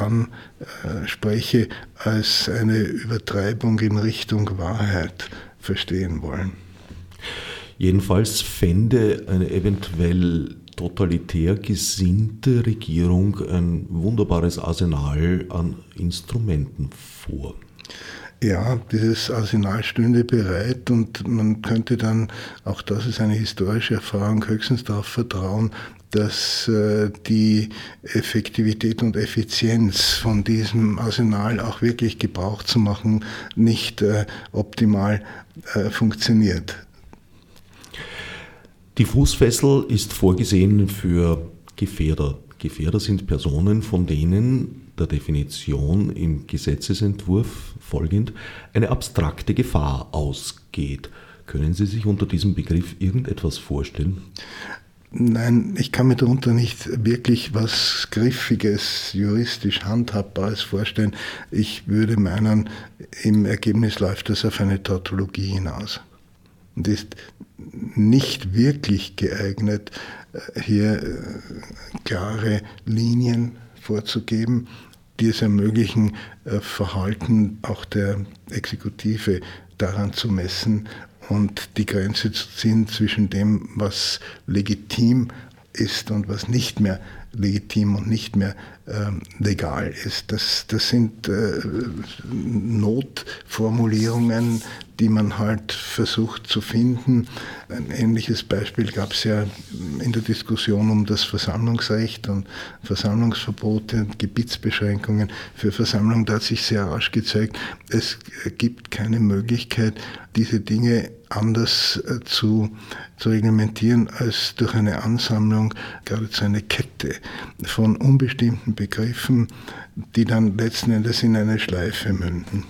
anspreche, als eine Übertreibung in Richtung Wahrheit verstehen wollen. Jedenfalls fände eine eventuell totalitär gesinnte Regierung ein wunderbares Arsenal an Instrumenten vor. Ja, dieses Arsenal stünde bereit und man könnte dann, auch das ist eine historische Erfahrung, höchstens darauf vertrauen, dass die Effektivität und Effizienz von diesem Arsenal auch wirklich Gebrauch zu machen, nicht optimal funktioniert. Die Fußfessel ist vorgesehen für Gefährder. Gefährder sind Personen, von denen der Definition im Gesetzesentwurf folgend eine abstrakte Gefahr ausgeht. Können Sie sich unter diesem Begriff irgendetwas vorstellen? Nein, ich kann mir darunter nicht wirklich was Griffiges, juristisch Handhabbares vorstellen. Ich würde meinen, im Ergebnis läuft das auf eine Tautologie hinaus. Und ist nicht wirklich geeignet, hier klare Linien vorzugeben, die es ermöglichen, Verhalten auch der Exekutive daran zu messen und die Grenze zu ziehen zwischen dem, was legitim ist und was nicht mehr legitim und nicht mehr legal ist. Das sind Notformulierungen, die man halt versucht zu finden. Ein ähnliches Beispiel gab es ja in der Diskussion um das Versammlungsrecht und Versammlungsverbote und Gebietsbeschränkungen für Versammlungen. Da hat sich sehr rasch gezeigt, es gibt keine Möglichkeit, diese Dinge anders zu reglementieren als durch eine Ansammlung, geradezu eine Kette von unbestimmten Begriffen, die dann letzten Endes in eine Schleife münden.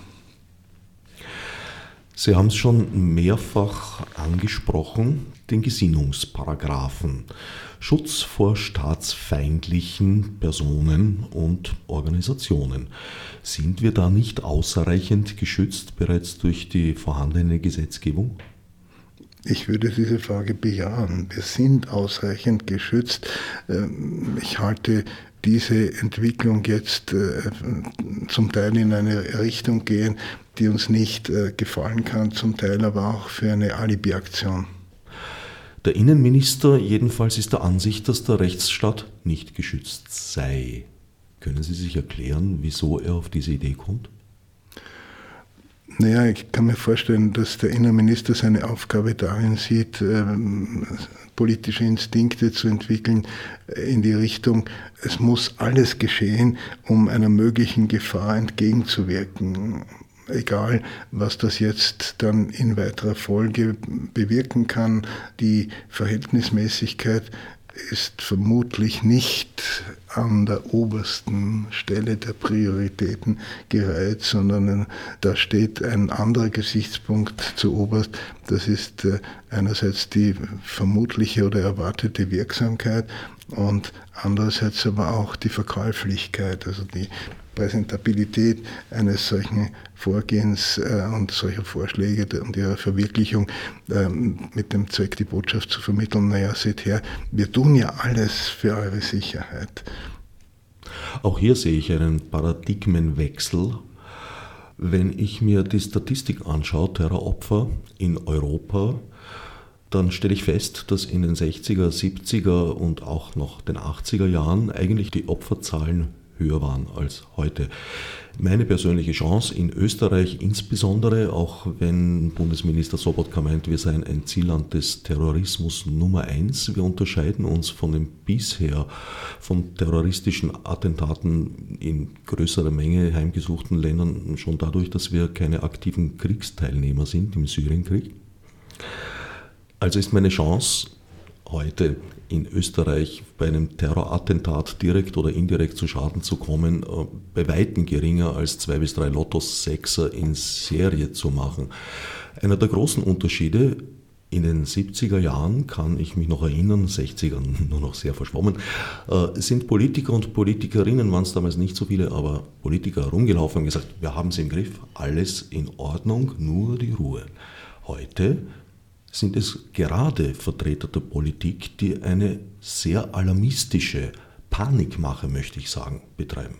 Sie haben es schon mehrfach angesprochen, den Gesinnungsparagraphen. Schutz vor staatsfeindlichen Personen und Organisationen. Sind wir da nicht ausreichend geschützt bereits durch die vorhandene Gesetzgebung? Ich würde diese Frage bejahen. Wir sind ausreichend geschützt. Ich halte diese Entwicklung jetzt zum Teil in eine Richtung gehen, die uns nicht gefallen kann, zum Teil aber auch für eine Alibi-Aktion. Der Innenminister jedenfalls ist der Ansicht, dass der Rechtsstaat nicht geschützt sei. Können Sie sich erklären, wieso er auf diese Idee kommt? Naja, ich kann mir vorstellen, dass der Innenminister seine Aufgabe darin sieht, politische Instinkte zu entwickeln in die Richtung, es muss alles geschehen, um einer möglichen Gefahr entgegenzuwirken. Egal, was das jetzt dann in weiterer Folge bewirken kann, die Verhältnismäßigkeit ist vermutlich nicht an der obersten Stelle der Prioritäten gereiht, sondern da steht ein anderer Gesichtspunkt zuoberst. Das ist einerseits die vermutliche oder erwartete Wirksamkeit und andererseits aber auch die Verkäuflichkeit, also die Präsentabilität eines solchen Vorgehens und solcher Vorschläge und ihrer Verwirklichung mit dem Zweck, die Botschaft zu vermitteln, naja, seht her, wir tun ja alles für eure Sicherheit. Auch hier sehe ich einen Paradigmenwechsel. Wenn ich mir die Statistik anschaue, Terroropfer in Europa, dann stelle ich fest, dass in den 60er, 70er und auch noch den 80er Jahren eigentlich die Opferzahlen höher waren als heute. Meine persönliche Chance in Österreich insbesondere, auch wenn Bundesminister Sobotka meint, wir seien ein Zielland des Terrorismus Nummer 1. Wir unterscheiden uns von den bisher von terroristischen Attentaten in größerer Menge heimgesuchten Ländern schon dadurch, dass wir keine aktiven Kriegsteilnehmer sind im Syrienkrieg. Also ist meine Chance, heute in Österreich bei einem Terrorattentat direkt oder indirekt zu Schaden zu kommen, bei Weitem geringer als 2 bis 3 Lottos Sechser in Serie zu machen. Einer der großen Unterschiede in den 70er Jahren, kann ich mich noch erinnern, 60er nur noch sehr verschwommen, sind Politiker und Politikerinnen, waren es damals nicht so viele, aber Politiker herumgelaufen und gesagt, wir haben es im Griff, alles in Ordnung, nur die Ruhe. Heute sind es gerade Vertreter der Politik, die eine sehr alarmistische Panikmache, möchte ich sagen, betreiben.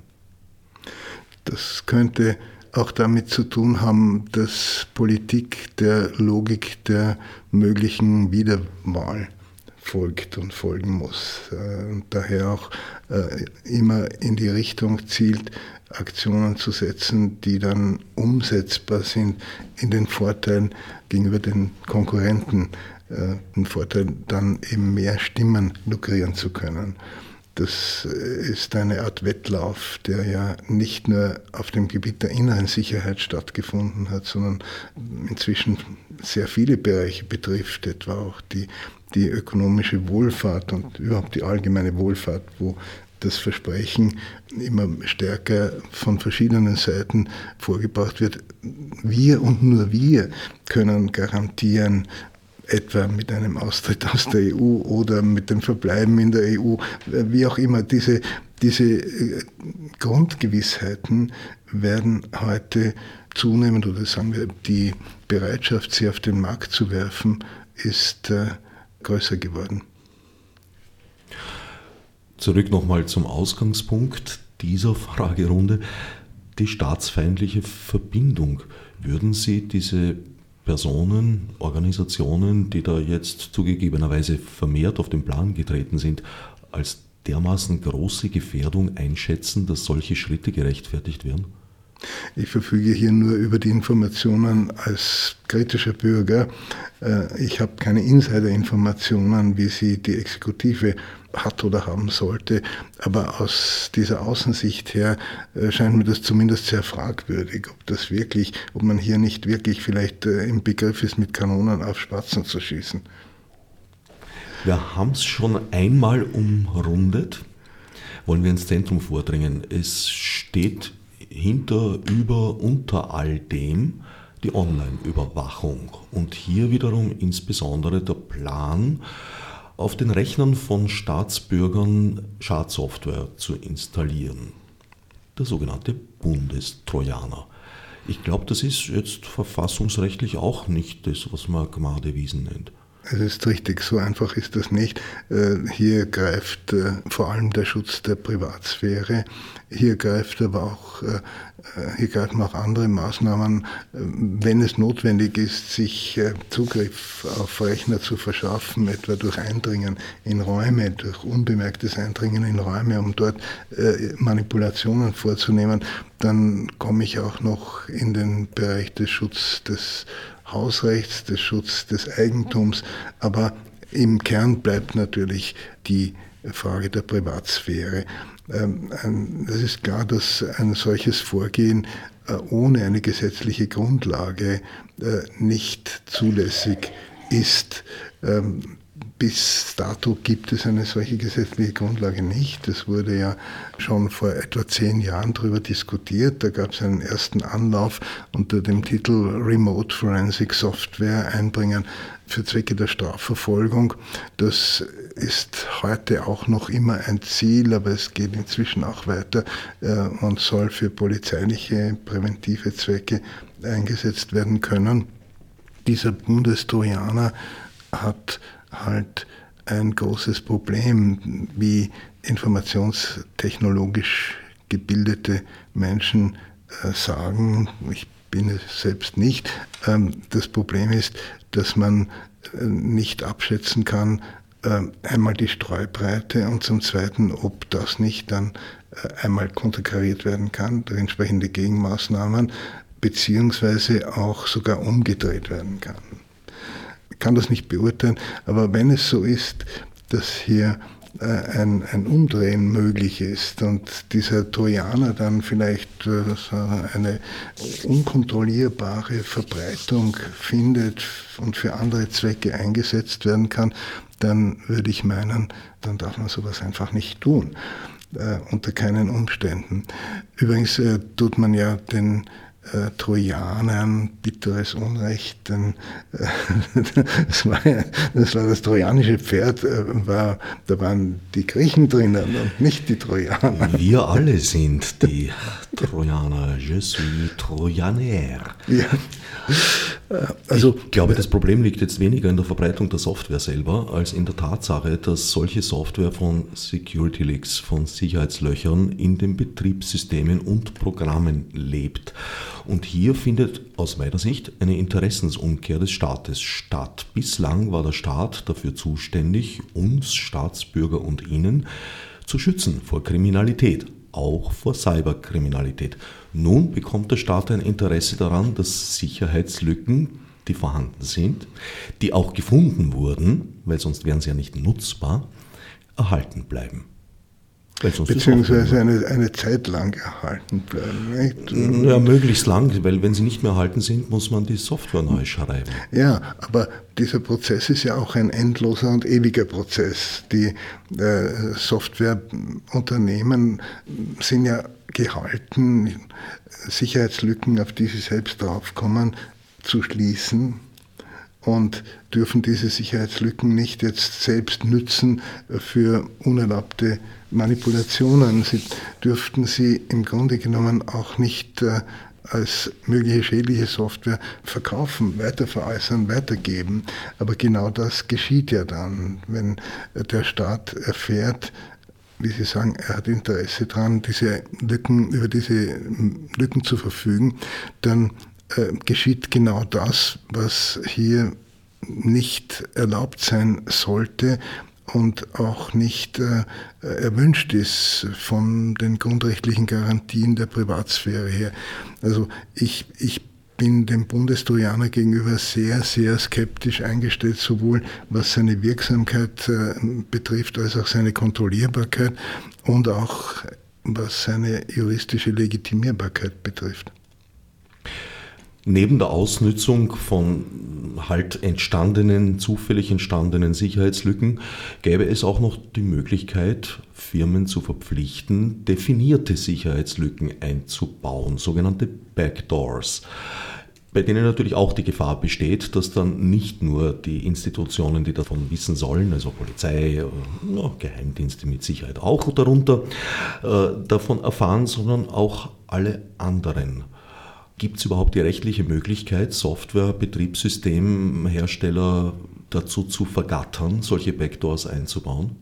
Das könnte auch damit zu tun haben, dass Politik der Logik der möglichen Wiederwahl folgt und folgen muss. Und daher auch immer in die Richtung zielt, Aktionen zu setzen, die dann umsetzbar sind in den Vorteil gegenüber den Konkurrenten, den Vorteil dann eben mehr Stimmen lukrieren zu können. Das ist eine Art Wettlauf, der ja nicht nur auf dem Gebiet der inneren Sicherheit stattgefunden hat, sondern inzwischen sehr viele Bereiche betrifft, etwa auch die ökonomische Wohlfahrt und überhaupt die allgemeine Wohlfahrt, wo das Versprechen immer stärker von verschiedenen Seiten vorgebracht wird. Wir und nur wir können garantieren, etwa mit einem Austritt aus der EU oder mit dem Verbleiben in der EU, wie auch immer, diese Grundgewissheiten werden heute zunehmend, oder sagen wir, die Bereitschaft, sie auf den Markt zu werfen, ist größer geworden. Zurück nochmal zum Ausgangspunkt dieser Fragerunde, die staatsfeindliche Verbindung. Würden Sie diese Personen, Organisationen, die da jetzt zugegebenerweise vermehrt auf den Plan getreten sind, als dermaßen große Gefährdung einschätzen, dass solche Schritte gerechtfertigt werden? Ich verfüge hier nur über die Informationen als kritischer Bürger. Ich habe keine Insider-Informationen, wie sie die Exekutive hat oder haben sollte. Aber aus dieser Außensicht her scheint mir das zumindest sehr fragwürdig, ob man hier nicht wirklich vielleicht im Begriff ist, mit Kanonen auf Spatzen zu schießen. Wir haben es schon einmal umrundet. Wollen wir ins Zentrum vordringen. Es steht unter all dem die Online-Überwachung und hier wiederum insbesondere der Plan, auf den Rechnern von Staatsbürgern Schadsoftware zu installieren. Der sogenannte Bundestrojaner. Ich glaube, das ist jetzt verfassungsrechtlich auch nicht das, was man Gmadewiesen nennt. Es ist richtig, so einfach ist das nicht. Hier greift vor allem der Schutz der Privatsphäre. Hier greifen auch andere Maßnahmen, wenn es notwendig ist, sich Zugriff auf Rechner zu verschaffen, etwa durch Eindringen in Räume, durch unbemerktes Eindringen in Räume, um dort Manipulationen vorzunehmen. Dann komme ich auch noch in den Bereich des Schutzes des Hausrechts, des Schutzes des Eigentums, aber im Kern bleibt natürlich die Frage der Privatsphäre. Es ist klar, dass ein solches Vorgehen ohne eine gesetzliche Grundlage nicht zulässig ist. Bis dato gibt es eine solche gesetzliche Grundlage nicht. Es wurde ja schon vor etwa 10 Jahren darüber diskutiert. Da gab es einen ersten Anlauf unter dem Titel Remote Forensic Software einbringen für Zwecke der Strafverfolgung. Das ist heute auch noch immer ein Ziel, aber es geht inzwischen auch weiter und soll für polizeiliche präventive Zwecke eingesetzt werden können. Dieser Bundestrojaner hat halt ein großes Problem, wie informationstechnologisch gebildete Menschen sagen. Ich bin es selbst nicht. Das Problem ist, dass man nicht abschätzen kann, einmal die Streubreite und zum Zweiten, ob das nicht dann einmal konterkariert werden kann durch entsprechende Gegenmaßnahmen, beziehungsweise auch sogar umgedreht werden kann. Ich kann das nicht beurteilen, aber wenn es so ist, dass hier ein Umdrehen möglich ist und dieser Trojaner dann vielleicht eine unkontrollierbare Verbreitung findet und für andere Zwecke eingesetzt werden kann, dann würde ich meinen, dann darf man sowas einfach nicht tun, unter keinen Umständen. Übrigens tut man ja den Trojanern bitteres Unrecht, denn das war das trojanische Pferd, da waren die Griechen drinnen und nicht die Trojaner. Wir alle sind die Trojaner. Je suis Trojaner. Ja. Also, ich glaube, das Problem liegt jetzt weniger in der Verbreitung der Software selber, als in der Tatsache, dass solche Software von Security Leaks, von Sicherheitslöchern in den Betriebssystemen und Programmen lebt. Und hier findet aus meiner Sicht eine Interessensumkehr des Staates statt. Bislang war der Staat dafür zuständig, uns Staatsbürger und Ihnen zu schützen vor Kriminalität, auch vor Cyberkriminalität. Nun bekommt der Staat ein Interesse daran, dass Sicherheitslücken, die vorhanden sind, die auch gefunden wurden, weil sonst wären sie ja nicht nutzbar, erhalten bleiben. Beziehungsweise eine Zeit lang erhalten bleiben. Nicht? Ja, möglichst lang, weil wenn sie nicht mehr erhalten sind, muss man die Software neu schreiben. Ja, aber dieser Prozess ist ja auch ein endloser und ewiger Prozess. Die Softwareunternehmen sind ja gehalten, Sicherheitslücken, auf die sie selbst draufkommen, zu schließen und dürfen diese Sicherheitslücken nicht jetzt selbst nützen für unerlaubte Manipulationen. Sie dürften sie im Grunde genommen auch nicht als mögliche schädliche Software verkaufen, weiterveräußern, weitergeben. Aber genau das geschieht ja dann, wenn der Staat erfährt, wie Sie sagen, er hat Interesse daran, über diese Lücken zu verfügen, dann geschieht genau das, was hier nicht erlaubt sein sollte und auch nicht erwünscht ist von den grundrechtlichen Garantien der Privatsphäre her. Also ich bin dem Bundestrojaner gegenüber sehr, sehr skeptisch eingestellt, sowohl was seine Wirksamkeit betrifft, als auch seine Kontrollierbarkeit und auch was seine juristische Legitimierbarkeit betrifft. Neben der Ausnützung von zufällig entstandenen Sicherheitslücken gäbe es auch noch die Möglichkeit, Firmen zu verpflichten, definierte Sicherheitslücken einzubauen, sogenannte Backdoors, bei denen natürlich auch die Gefahr besteht, dass dann nicht nur die Institutionen, die davon wissen sollen, also Polizei, Geheimdienste mit Sicherheit auch darunter, davon erfahren, sondern auch alle anderen. Gibt es überhaupt die rechtliche Möglichkeit, Software, Betriebssystemhersteller dazu zu vergattern, solche Backdoors einzubauen?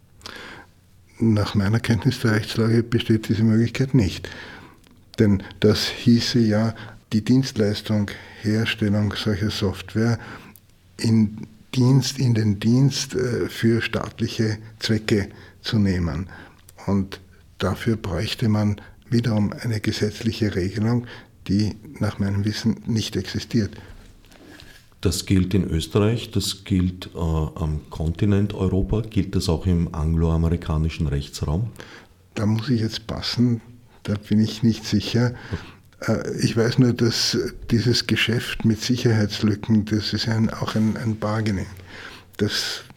Nach meiner Kenntnis der Rechtslage besteht diese Möglichkeit nicht. Denn das hieße ja, die Dienstleistung, Herstellung solcher Software in den Dienst für staatliche Zwecke zu nehmen. Und dafür bräuchte man wiederum eine gesetzliche Regelung, die nach meinem Wissen nicht existiert. Das gilt in Österreich, das gilt am Kontinent Europa, gilt das auch im angloamerikanischen Rechtsraum? Da muss ich jetzt passen, da bin ich nicht sicher. Ich weiß nur, dass dieses Geschäft mit Sicherheitslücken, das ist auch ein Bargaining. Das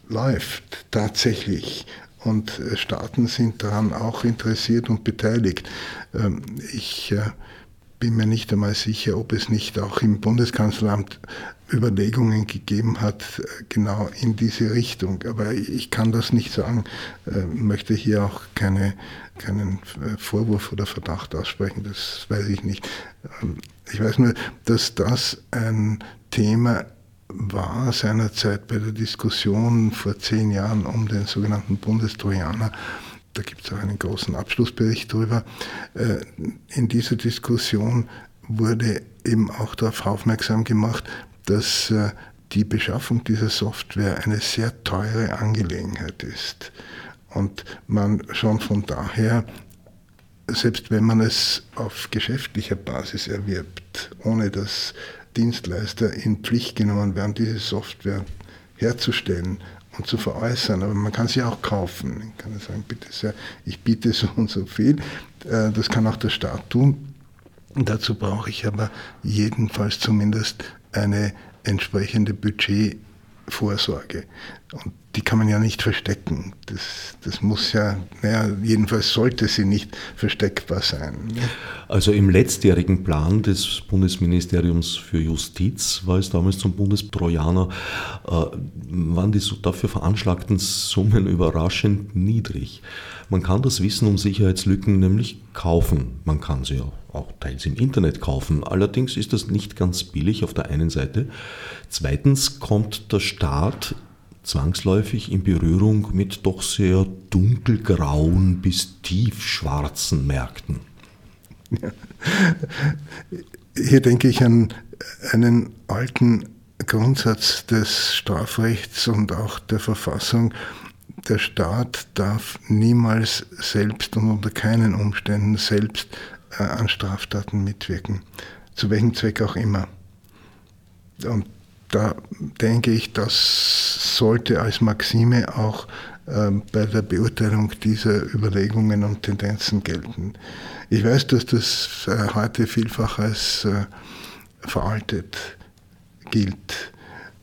läuft tatsächlich. Und Staaten sind daran auch interessiert und beteiligt. Ich bin mir nicht einmal sicher, ob es nicht auch im Bundeskanzleramt Überlegungen gegeben hat, genau in diese Richtung. Aber ich kann das nicht sagen, möchte hier auch keinen Vorwurf oder Verdacht aussprechen, das weiß ich nicht. Ich weiß nur, dass das ein Thema war seinerzeit bei der Diskussion vor 10 Jahren um den sogenannten Bundestrojaner. Da gibt es auch einen großen Abschlussbericht darüber. In dieser Diskussion wurde eben auch darauf aufmerksam gemacht, dass die Beschaffung dieser Software eine sehr teure Angelegenheit ist. Und man schon von daher, selbst wenn man es auf geschäftlicher Basis erwirbt, ohne dass Dienstleister in Pflicht genommen werden, diese Software herzustellen und zu veräußern, aber man kann sie auch kaufen. Man kann sagen, bitte sehr, ich biete so und so viel. Das kann auch der Staat tun. Und dazu brauche ich aber jedenfalls zumindest eine entsprechende Budgetvorsorge. Und die kann man ja nicht verstecken. Das muss ja, jedenfalls sollte sie nicht versteckbar sein. Also im letztjährigen Plan des Bundesministeriums für Justiz war es damals zum Bundestrojaner, waren die dafür veranschlagten Summen überraschend niedrig. Man kann das Wissen um Sicherheitslücken nämlich kaufen. Man kann sie auch teils im Internet kaufen. Allerdings ist das nicht ganz billig auf der einen Seite. Zweitens kommt der Staat zwangsläufig in Berührung mit doch sehr dunkelgrauen bis tiefschwarzen Märkten. Ja. Hier denke ich an einen alten Grundsatz des Strafrechts und auch der Verfassung. Der Staat darf niemals selbst und unter keinen Umständen selbst an Straftaten mitwirken, zu welchem Zweck auch immer. Und da denke ich, das sollte als Maxime auch bei der Beurteilung dieser Überlegungen und Tendenzen gelten. Ich weiß, dass das heute vielfach als veraltet gilt,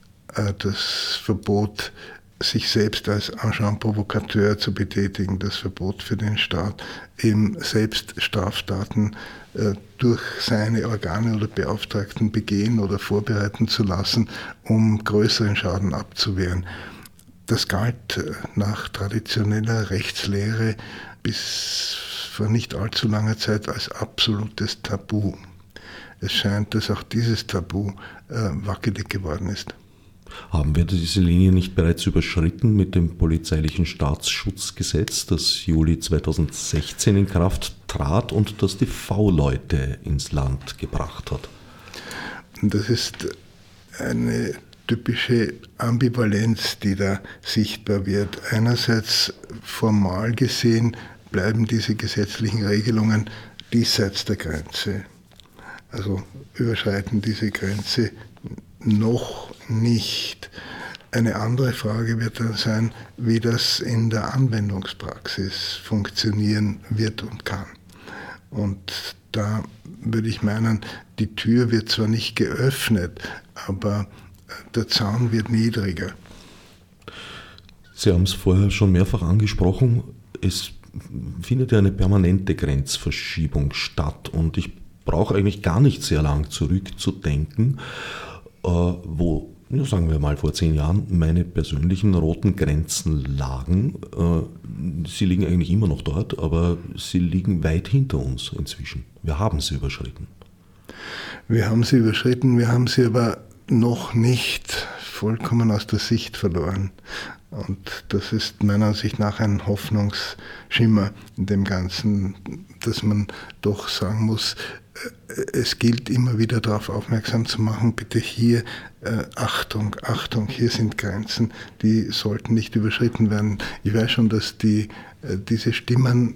das Verbot, sich selbst als Agent Provocateur zu betätigen, das Verbot für den Staat, eben selbst Straftaten durch seine Organe oder Beauftragten begehen oder vorbereiten zu lassen, um größeren Schaden abzuwehren. Das galt nach traditioneller Rechtslehre bis vor nicht allzu langer Zeit als absolutes Tabu. Es scheint, dass auch dieses Tabu wackelig geworden ist. Haben wir diese Linie nicht bereits überschritten mit dem polizeilichen Staatsschutzgesetz, das Juli 2016 in Kraft trat und das die V-Leute ins Land gebracht hat? Das ist eine typische Ambivalenz, die da sichtbar wird. Einerseits formal gesehen bleiben diese gesetzlichen Regelungen diesseits der Grenze. Also überschreiten diese Grenze noch nicht. Eine andere Frage wird dann sein, wie das in der Anwendungspraxis funktionieren wird und kann. Und da würde ich meinen, die Tür wird zwar nicht geöffnet, aber der Zaun wird niedriger. Sie haben es vorher schon mehrfach angesprochen, es findet ja eine permanente Grenzverschiebung statt und ich brauche eigentlich gar nicht sehr lang zurückzudenken, wo, sagen wir mal vor 10 Jahren, meine persönlichen roten Grenzen lagen. Sie liegen eigentlich immer noch dort, aber sie liegen weit hinter uns inzwischen. Wir haben sie überschritten. Wir haben sie überschritten, wir haben sie aber noch nicht vollkommen aus der Sicht verloren. Und das ist meiner Ansicht nach ein Hoffnungsschimmer in dem Ganzen, dass man doch sagen muss, es gilt immer wieder darauf aufmerksam zu machen, bitte hier, Achtung, hier sind Grenzen, die sollten nicht überschritten werden. Ich weiß schon, dass diese Stimmen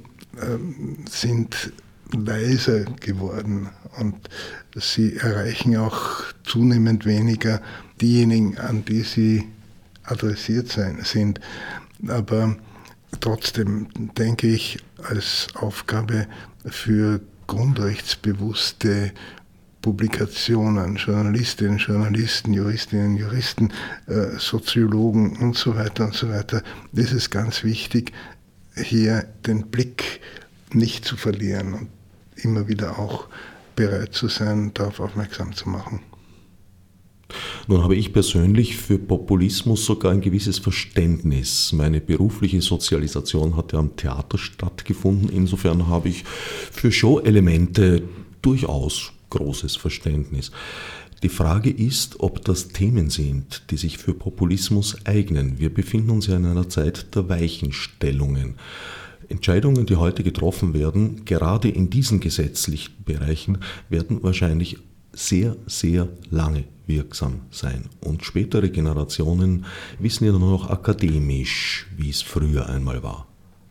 sind leiser geworden und sie erreichen auch zunehmend weniger diejenigen, an die sie adressiert sind. Aber trotzdem denke ich, als Aufgabe für grundrechtsbewusste Publikationen, Journalistinnen, Journalisten, Juristinnen, Juristen, Soziologen und so weiter, ist es ganz wichtig, hier den Blick nicht zu verlieren und immer wieder auch bereit zu sein, darauf aufmerksam zu machen. Nun habe ich persönlich für Populismus sogar ein gewisses Verständnis. Meine berufliche Sozialisation hat ja am Theater stattgefunden. Insofern habe ich für Show-Elemente durchaus großes Verständnis. Die Frage ist, ob das Themen sind, die sich für Populismus eignen. Wir befinden uns ja in einer Zeit der Weichenstellungen. Entscheidungen, die heute getroffen werden, gerade in diesen gesetzlichen Bereichen, werden wahrscheinlich sehr, sehr lange wirksam sein. Und spätere Generationen wissen ja nur noch akademisch, wie es früher einmal war.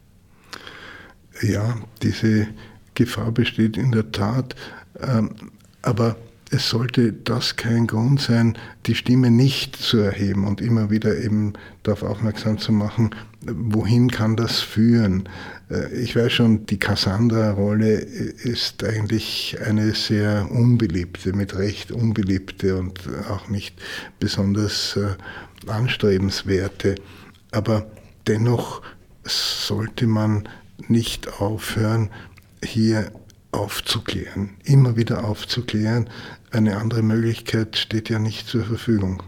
Ja, diese Gefahr besteht in der Tat, aber es sollte das kein Grund sein, die Stimme nicht zu erheben und immer wieder eben darauf aufmerksam zu machen, wohin kann das führen. Ich weiß schon, die Cassandra-Rolle ist eigentlich eine sehr unbeliebte, mit Recht unbeliebte und auch nicht besonders anstrebenswerte. Aber dennoch sollte man nicht aufhören, hier aufzuklären, immer wieder aufzuklären. Eine andere Möglichkeit steht ja nicht zur Verfügung.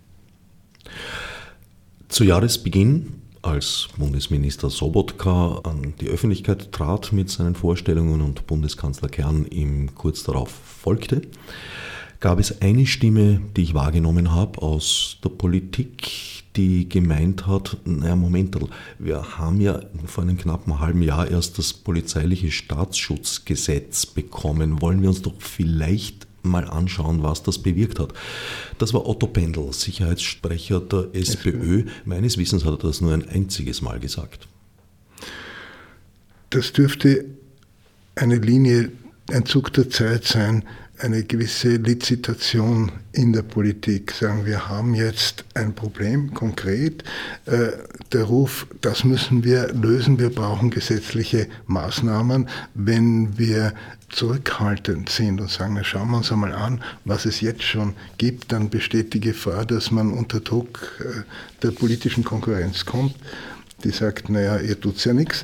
Zu Jahresbeginn, als Bundesminister Sobotka an die Öffentlichkeit trat mit seinen Vorstellungen und Bundeskanzler Kern ihm kurz darauf folgte, gab es eine Stimme, die ich wahrgenommen habe aus der Politik, die gemeint hat, naja, Moment, wir haben ja vor einem knappen halben Jahr erst das polizeiliche Staatsschutzgesetz bekommen. Wollen wir uns doch vielleicht mal anschauen, was das bewirkt hat. Das war Otto Pendel, Sicherheitssprecher der SPÖ. Meines Wissens hat er das nur ein einziges Mal gesagt. Das dürfte eine Linie, ein Zug der Zeit sein, eine gewisse Lizitation in der Politik. Sagen, wir haben jetzt ein Problem, konkret, der Ruf, das müssen wir lösen, wir brauchen gesetzliche Maßnahmen. Wenn wir zurückhaltend sind und sagen, na, schauen wir uns einmal an, was es jetzt schon gibt, dann besteht die Gefahr, dass man unter Druck der politischen Konkurrenz kommt, die sagt, naja, ihr tut's ja nichts.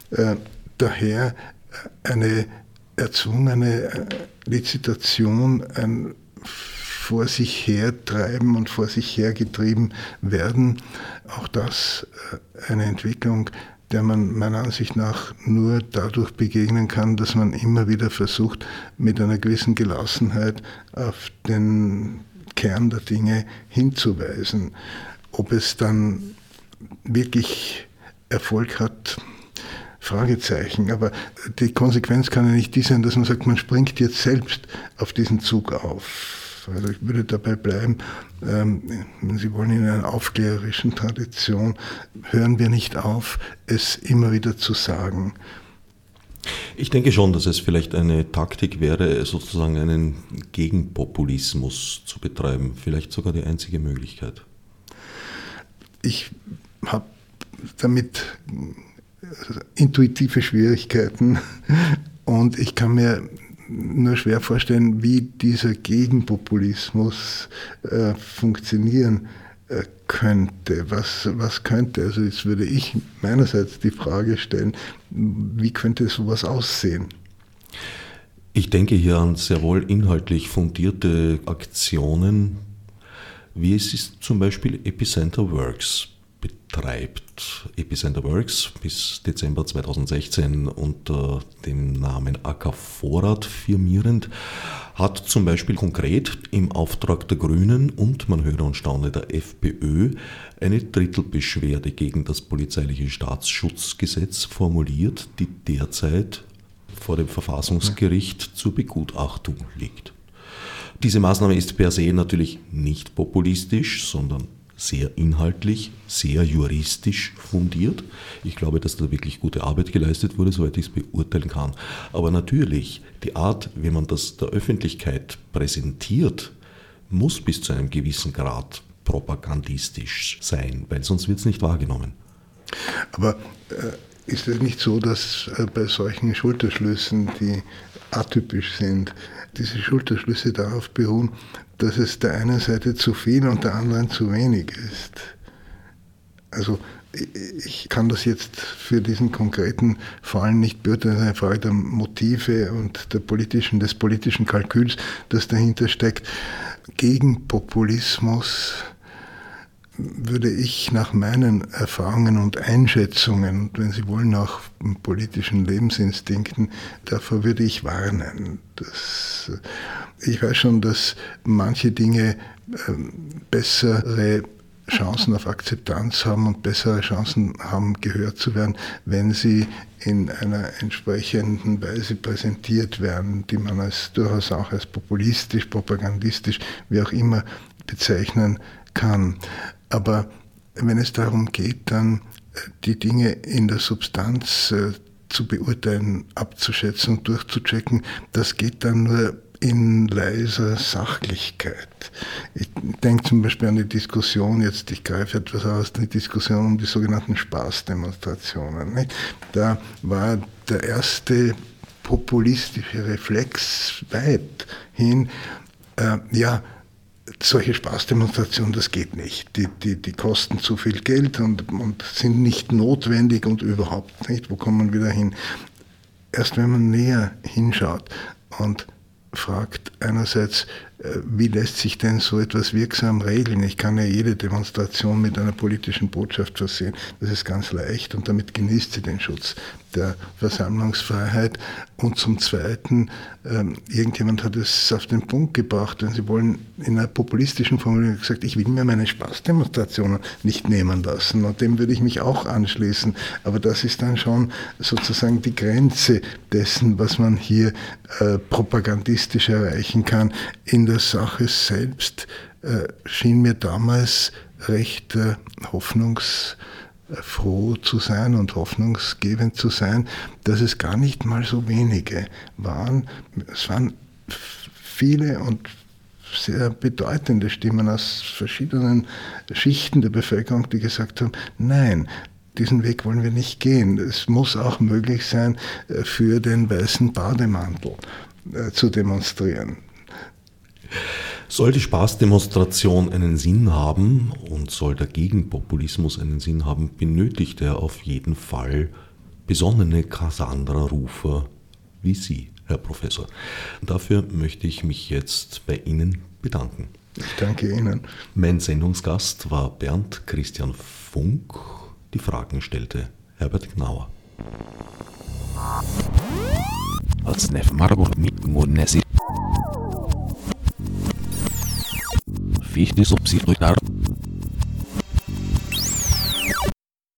Daher eine erzwungene Lizitation, ein vor sich hertreiben und vor sich hergetrieben werden, auch das eine Entwicklung, der man meiner Ansicht nach nur dadurch begegnen kann, dass man immer wieder versucht, mit einer gewissen Gelassenheit auf den Kern der Dinge hinzuweisen. Ob es dann wirklich Erfolg hat, Fragezeichen. Aber die Konsequenz kann ja nicht die sein, dass man sagt, man springt jetzt selbst auf diesen Zug auf. Also ich würde dabei bleiben, wenn Sie wollen, in einer aufklärerischen Tradition, hören wir nicht auf, es immer wieder zu sagen. Ich denke schon, dass es vielleicht eine Taktik wäre, sozusagen einen Gegenpopulismus zu betreiben. Vielleicht sogar die einzige Möglichkeit. Ich habe damit intuitive Schwierigkeiten und ich kann mir nur schwer vorstellen, wie dieser Gegenpopulismus funktionieren könnte. Was könnte, also jetzt würde ich meinerseits die Frage stellen, wie könnte sowas aussehen? Ich denke hier an sehr wohl inhaltlich fundierte Aktionen, wie es ist zum Beispiel Epicenter Works betreibt. Epicenter Works bis Dezember 2016 unter dem Namen AK Vorrat firmierend, hat zum Beispiel konkret im Auftrag der Grünen und, man höre und staune, der FPÖ eine Drittelbeschwerde gegen das polizeiliche Staatsschutzgesetz formuliert, die derzeit vor dem Verfassungsgericht zur Begutachtung liegt. Diese Maßnahme ist per se natürlich nicht populistisch, sondern sehr inhaltlich, sehr juristisch fundiert. Ich glaube, dass da wirklich gute Arbeit geleistet wurde, soweit ich es beurteilen kann. Aber natürlich, die Art, wie man das der Öffentlichkeit präsentiert, muss bis zu einem gewissen Grad propagandistisch sein, weil sonst wird es nicht wahrgenommen. Aber ist es nicht so, dass bei solchen Schulterschlüssen, die atypisch sind, diese Schulterschlüsse darauf beruhen, dass es der einen Seite zu viel und der anderen zu wenig ist? Also ich kann das jetzt für diesen konkreten Fall nicht beurteilen, eine Frage der Motive und des politischen Kalküls, das dahinter steckt. Gegen Populismus würde ich nach meinen Erfahrungen und Einschätzungen, und wenn Sie wollen auch politischen Lebensinstinkten, davor würde ich warnen. Ich weiß schon, dass manche Dinge bessere Chancen auf Akzeptanz haben und bessere Chancen haben, gehört zu werden, wenn sie in einer entsprechenden Weise präsentiert werden, die man durchaus auch als populistisch, propagandistisch, wie auch immer bezeichnen kann. Aber wenn es darum geht, dann die Dinge in der Substanz zu beurteilen, abzuschätzen und durchzuchecken, das geht dann nur in leiser Sachlichkeit. Ich denke zum Beispiel an die Diskussion, ich greife etwas aus, die Diskussion um die sogenannten Spaßdemonstrationen. Nicht? Da war der erste populistische Reflex weithin, solche Spaßdemonstrationen, das geht nicht. Die kosten zu viel Geld und sind nicht notwendig und überhaupt nicht. Wo kommt man wieder hin? Erst wenn man näher hinschaut und fragt einerseits, wie lässt sich denn so etwas wirksam regeln? Ich kann ja jede Demonstration mit einer politischen Botschaft versehen. Das ist ganz leicht und damit genießt sie den Schutz der Versammlungsfreiheit. Und zum Zweiten, irgendjemand hat es auf den Punkt gebracht, wenn Sie wollen, in einer populistischen Formulierung gesagt, ich will mir meine Spaßdemonstrationen nicht nehmen lassen. Und dem würde ich mich auch anschließen. Aber das ist dann schon sozusagen die Grenze dessen, was man hier propagandistisch erreichen kann. In der Sache selbst schien mir damals recht hoffnungsfroh zu sein und hoffnungsgebend zu sein, dass es gar nicht mal so wenige waren. Es waren viele und sehr bedeutende Stimmen aus verschiedenen Schichten der Bevölkerung, die gesagt haben, nein, diesen Weg wollen wir nicht gehen. Es muss auch möglich sein, für den weißen Bademantel zu demonstrieren. Soll die Spaßdemonstration einen Sinn haben und soll der Gegenpopulismus einen Sinn haben, benötigt er auf jeden Fall besonnene Cassandra-Rufer wie Sie, Herr Professor. Dafür möchte ich mich jetzt bei Ihnen bedanken. Ich danke Ihnen. Mein Sendungsgast war Bernd Christian Funk. Die Fragen stellte Herbert Gnauer. Fichte subsidiar